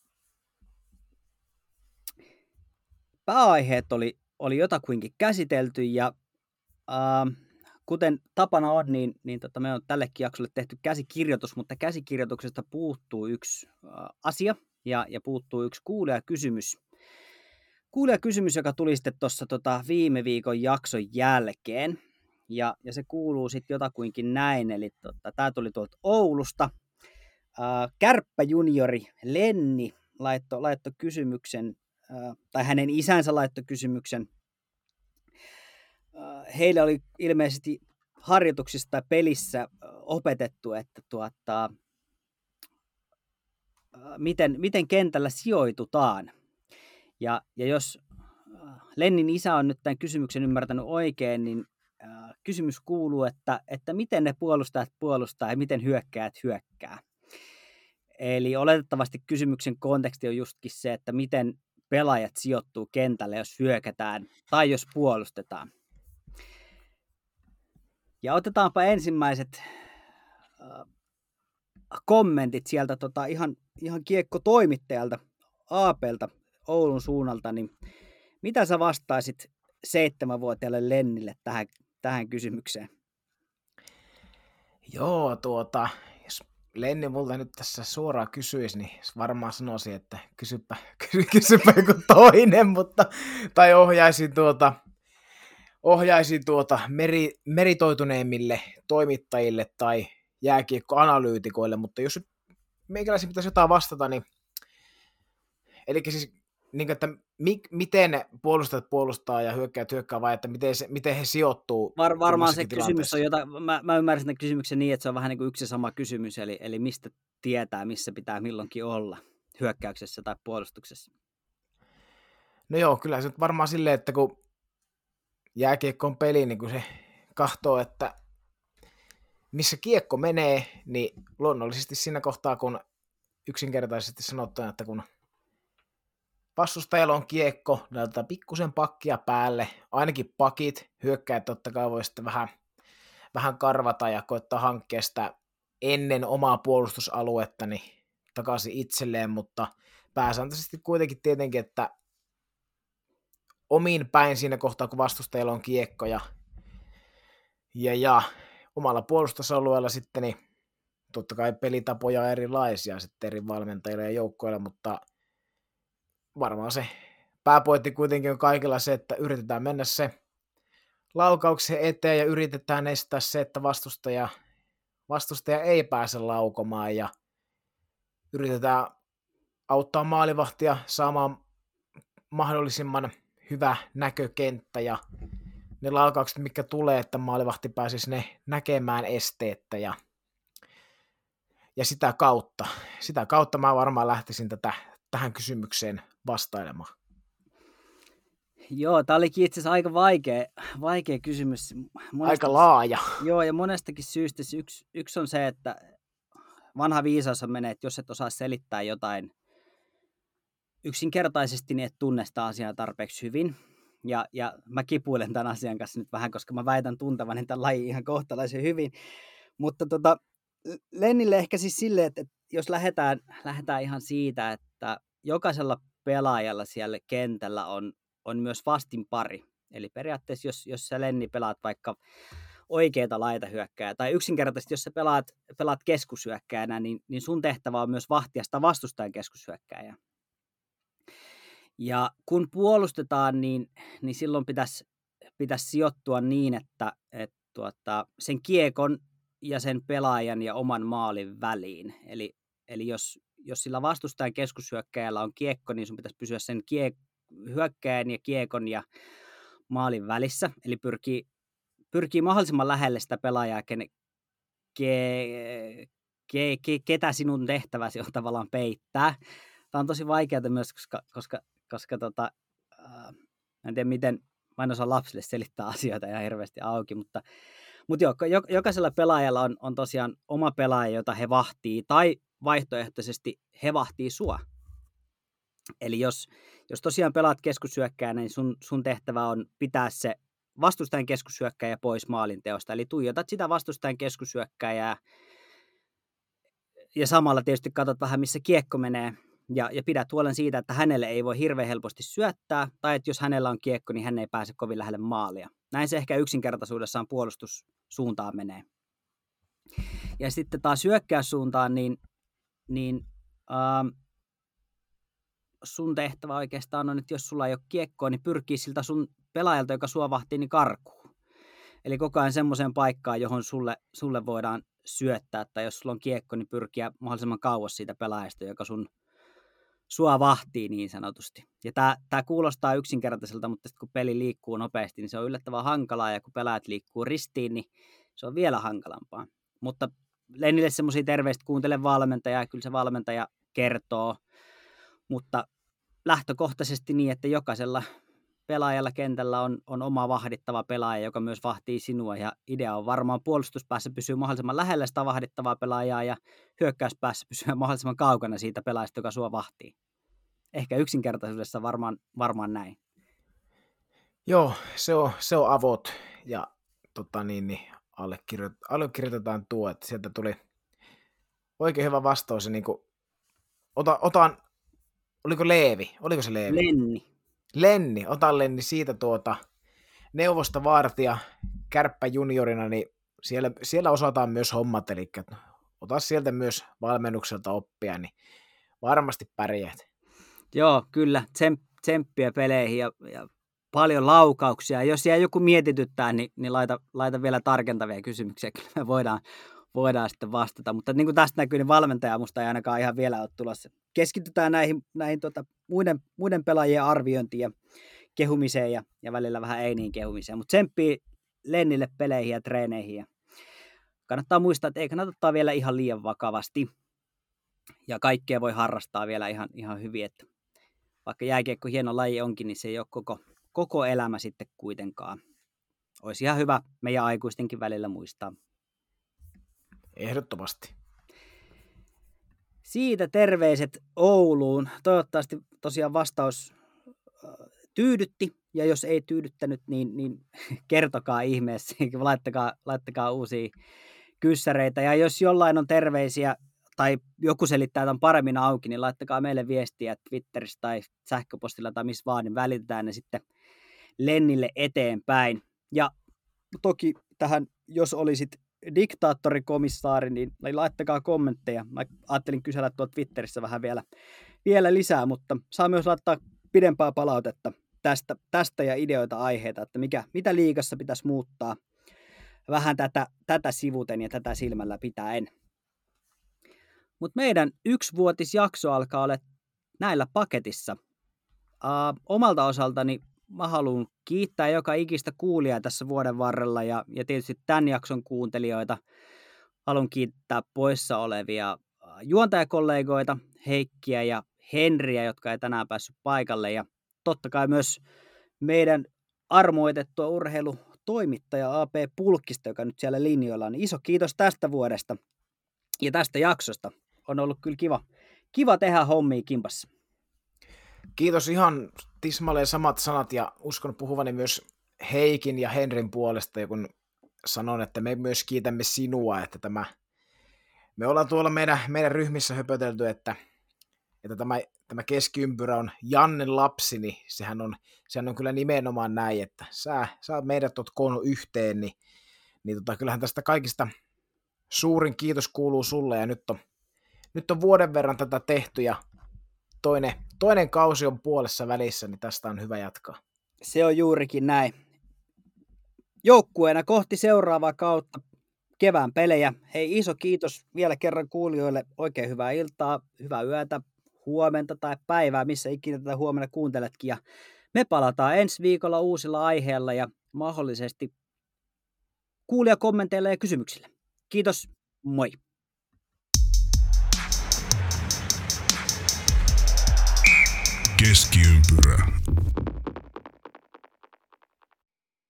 Pääaiheet oli, oli jotakuinkin käsitelty, ja uh, kuten tapana on, niin, niin tota, me on tällekin jaksolle tehty käsikirjoitus, mutta käsikirjoituksesta puuttuu yksi uh, asia ja, ja puuttuu yksi kuulijakysymys. Kuulijakysymys, joka tuli sitten tuossa tota, viime viikon jakson jälkeen. Ja, ja se kuuluu sitten jotakuinkin näin, eli tota, tämä tuli tuolta Oulusta. Uh, Kärppä juniori Lenni laittoi laitto kysymyksen, uh, tai hänen isänsä laittoi kysymyksen. Heille oli ilmeisesti harjoituksissa tai pelissä opetettu, että tuota, miten, miten kentällä sijoitutaan. Ja, ja jos Lennin isä on nyt tämän kysymyksen ymmärtänyt oikein, niin kysymys kuuluu, että, että miten ne puolustajat puolustaa ja miten hyökkäjät hyökkää. Eli oletettavasti kysymyksen konteksti on justkin se, että miten pelaajat sijoittuu kentälle, jos hyökätään tai jos puolustetaan. Ja otetaanpa ensimmäiset äh, kommentit sieltä tota, ihan, ihan kiekko-toimittajalta Aapelta Oulun suunnalta. Niin mitä sä vastaisit seitsemänvuotiaalle Lennille tähän, tähän kysymykseen? Joo, tuota, jos Lenni multa nyt tässä suoraan kysyisi, niin varmaan sanoisin, että kysypä, kysy, kysypä joku toinen, mutta, tai ohjaisin tuota, ohjaisin tuota meri, meritoituneemmille toimittajille tai jääkiekkoanalyytikoille, mutta jos meikäläisiin pitäisi jotain vastata, niin eli siis niin, että mi, miten puolustajat puolustaa ja hyökkäät hyökkää vai että miten, se, miten he sijoittuu. Var, varmaan se kysymys on, jota, mä, mä ymmärrän sen kysymyksen niin, että se on vähän niin kuin yksi sama kysymys, eli, eli mistä tietää, missä pitää milloinkin olla hyökkäyksessä tai puolustuksessa. No joo, kyllä se varmaan silleen, että kun jääkiekko on peli, niin kun se katsoo, että missä kiekko menee, niin luonnollisesti siinä kohtaa, kun yksinkertaisesti sanottuna, että kun vastustajalla on kiekko, laitetaan pikkusen pakkia päälle, ainakin pakit, hyökkäät totta kai voi sitten vähän, vähän karvata ja koittaa hankkia sitä ennen omaa puolustusaluetta niin takaisin itselleen, mutta pääsääntöisesti kuitenkin tietenkin, että omiin päin siinä kohtaa, kun vastustajalla on kiekko ja, ja, ja omalla puolustusalueella sitten, niin totta kai pelitapoja on erilaisia sitten eri valmentajilla ja joukkoilla, mutta varmaan se pääpointti kuitenkin on kaikilla se, että yritetään mennä se laukauksen eteen ja yritetään estää se, että vastustaja, vastustaja ei pääse laukomaan ja yritetään auttaa maalivahtia saamaan mahdollisimman hyvä näkökenttä ja ne laukaukset, mitkä tulee, että maalivahti pääsisi ne näkemään esteettä ja, ja sitä kautta, sitä kautta mä varmaan lähtisin tätä, tähän kysymykseen vastailemaan. Joo, tämä olikin itse asiassa aika vaikea, vaikea kysymys. Monesta, aika laaja. Joo, ja monestakin syystä yksi, yksi on se, että vanha viisaus on menee, että jos et osaa selittää jotain yksinkertaisesti, niin et tunne sitä asiaa tarpeeksi hyvin. Ja, ja mä kipuilen tämän asian kanssa nyt vähän, koska mä väitän tuntevani tämän lajin ihan kohtalaisen hyvin. Mutta tota, Lennille ehkä siis silleen, että, että jos lähdetään, lähdetään ihan siitä, että jokaisella pelaajalla siellä kentällä on, on myös vastinpari. Eli periaatteessa, jos, jos sä Lenni pelaat vaikka oikeita laitahyökkääjää, tai yksinkertaisesti, jos sä pelaat, pelaat keskushyökkääjänä, niin, niin sun tehtävä on myös vahtia sitä vastustajan keskushyökkääjää. Ja kun puolustetaan, niin, niin silloin pitäisi, pitäisi sijoittua niin, että, että tuota, sen kiekon ja sen pelaajan ja oman maalin väliin. Eli, eli jos, jos sillä vastustajan keskushyökkääjällä on kiekko, niin sun pitäisi pysyä sen kiek- hyökkääjän ja kiekon ja maalin välissä. Eli pyrkii, pyrkii mahdollisimman lähelle sitä pelaajaa, ken, ke, ke, ke, ketä sinun tehtäväsi on tavallaan peittää. Tämä on tosi vaikeaa myös, koska, koska, koska tota, äh, en tiedä miten, mä en osaa lapsille selittää asioita ihan hirveästi auki, mutta, mutta jo, jokaisella pelaajalla on, on tosiaan oma pelaaja, jota he vahtii, tai vaihtoehtoisesti he vahtii sua. Eli jos, jos tosiaan pelaat keskushyökkääjänä, niin sun, sun tehtävä on pitää se vastustajan keskushyökkääjä pois maalinteosta, eli tuijotat sitä vastustajan keskushyökkääjää, ja samalla tietysti katsot vähän, missä kiekko menee, ja, ja pidät huolen siitä, että hänelle ei voi hirveän helposti syöttää, tai että jos hänellä on kiekko, niin hän ei pääse kovin lähelle maalia. Näin se ehkä yksinkertaisuudessaan puolustussuuntaan menee. Ja sitten taas hyökkäyssuuntaan, niin, niin ähm, sun tehtävä oikeastaan on, että jos sulla ei ole kiekkoa, niin pyrkii siltä sun pelaajalta, joka sua vahtii, niin karkuun. Eli koko ajan semmoiseen paikkaan, johon sulle, sulle voidaan syöttää, tai jos sulla on kiekko, niin pyrkiä mahdollisimman kauas siitä pelaajasta, joka sun sua vahtii niin sanotusti. Ja tää, tää kuulostaa yksinkertaiselta, mutta sitten kun peli liikkuu nopeasti, niin se on yllättävän hankalaa, ja kun pelaajat liikkuu ristiin, niin se on vielä hankalampaa. Mutta Lennille semmoisia terveistä, kuuntele valmentajaa, kyllä se valmentaja kertoo, mutta lähtökohtaisesti niin, että jokaisella pelaajalla kentällä on, on oma vahdittava pelaaja, joka myös vahtii sinua, ja idea on varmaan puolustuspäässä pysyä mahdollisimman lähellä sitä vahdittavaa pelaajaa, ja hyökkäyspäässä pysyä mahdollisimman kaukana siitä pelaajasta, joka sua vahtii. Ehkä yksinkertaisuudessa varmaan, varmaan näin. Joo, se on, se on avot, ja tota niin, niin allekirjoit, allekirjoitetaan tuo, että sieltä tuli oikein hyvä vastaus, ja niin kuin, ota, otan, oliko Leevi, oliko se Leevi? Lenni. Lenni, otan Lenni siitä tuota neuvosta vartija Kärppä juniorina, niin siellä, siellä osataan myös hommat, eli ota sieltä myös valmennukselta oppia, niin varmasti pärjäät. Joo, kyllä, tsemppiä peleihin ja, ja paljon laukauksia. Jos jää joku mietityttää, niin, niin laita, laita vielä tarkentavia kysymyksiä, kyllä me voidaan, voidaan sitten vastata. Mutta niin kuin tästä näkyy, niin valmentaja musta ei ainakaan ihan vielä ole tulossa. Keskitytään näihin, näihin tota, muiden, muiden pelaajien arviointiin ja kehumiseen ja, ja välillä vähän ei niin kehumiseen. Mutta tsemppii Lennille peleihin ja treeneihin. Ja kannattaa muistaa, että ei kannata ottaa vielä ihan liian vakavasti. Ja kaikkea voi harrastaa vielä ihan, ihan hyvin. Että vaikka jääkiekko hieno laji onkin, niin se ei ole koko, koko elämä sitten kuitenkaan. Olisi ihan hyvä meidän aikuistenkin välillä muistaa. Ehdottomasti. Siitä terveiset Ouluun. Toivottavasti tosiaan vastaus tyydytti, ja jos ei tyydyttänyt, niin, niin kertokaa ihmeessä, laittakaa, laittakaa uusia kyssäreitä, ja jos jollain on terveisiä, tai joku selittää tämän paremmin auki, niin laittakaa meille viestiä Twitterissä tai sähköpostilla tai missä vaan, niin välitetään ne sitten Lennille eteenpäin. Ja toki tähän, jos olisit diktaattorikomissaari, niin laittakaa kommentteja. Mä ajattelin kysellä tuolla Twitterissä vähän vielä, vielä lisää, mutta saa myös laittaa pidempää palautetta tästä, tästä ja ideoita, aiheita, että mikä, mitä liigassa pitäisi muuttaa vähän tätä, tätä sivuten ja tätä silmällä pitäen. Mutta meidän yksivuotisjakso alkaa olla näillä paketissa. Uh, omalta osaltani mä haluan kiittää joka ikistä kuulijaa tässä vuoden varrella ja, ja tietysti tämän jakson kuuntelijoita. Haluan kiittää poissa olevia juontajakollegoita, Heikkiä ja Henriä, jotka ei tänään päässyt paikalle. Ja totta kai myös meidän armoitettua urheilutoimittaja A P Pulkkista, joka nyt siellä linjoilla on. Iso kiitos tästä vuodesta ja tästä jaksosta. On ollut kyllä kiva, kiva tehdä hommia kimpassa. Kiitos, ihan tismalleen samat sanat, ja uskon puhuvani myös Heikin ja Henrin puolesta, ja kun sanon, että me myös kiitämme sinua, että tämä, me ollaan tuolla meidän, meidän ryhmissä höpötelty, että, että tämä, tämä keskiympyrä on Jannen lapsi, niin sehän on, sehän on kyllä nimenomaan näin, että sä, sä meidät oot koonnut yhteen, niin, niin tota, kyllähän tästä kaikista suurin kiitos kuuluu sulle, ja nyt on, nyt on vuoden verran tätä tehty, ja toinen, toinen kausi on puolessa välissä, niin tästä on hyvä jatkaa. Se on juurikin näin. Joukkueena kohti seuraavaa kautta, kevään pelejä. Hei, iso kiitos vielä kerran kuulijoille. Oikein hyvää iltaa, hyvää yötä, huomenta tai päivää, missä ikinä tätä huomenna kuunteletkin. Ja me palataan ensi viikolla uusilla aiheilla ja mahdollisesti kuulijakommenteilla ja kysymyksillä. Kiitos, moi! Keskiympyrä.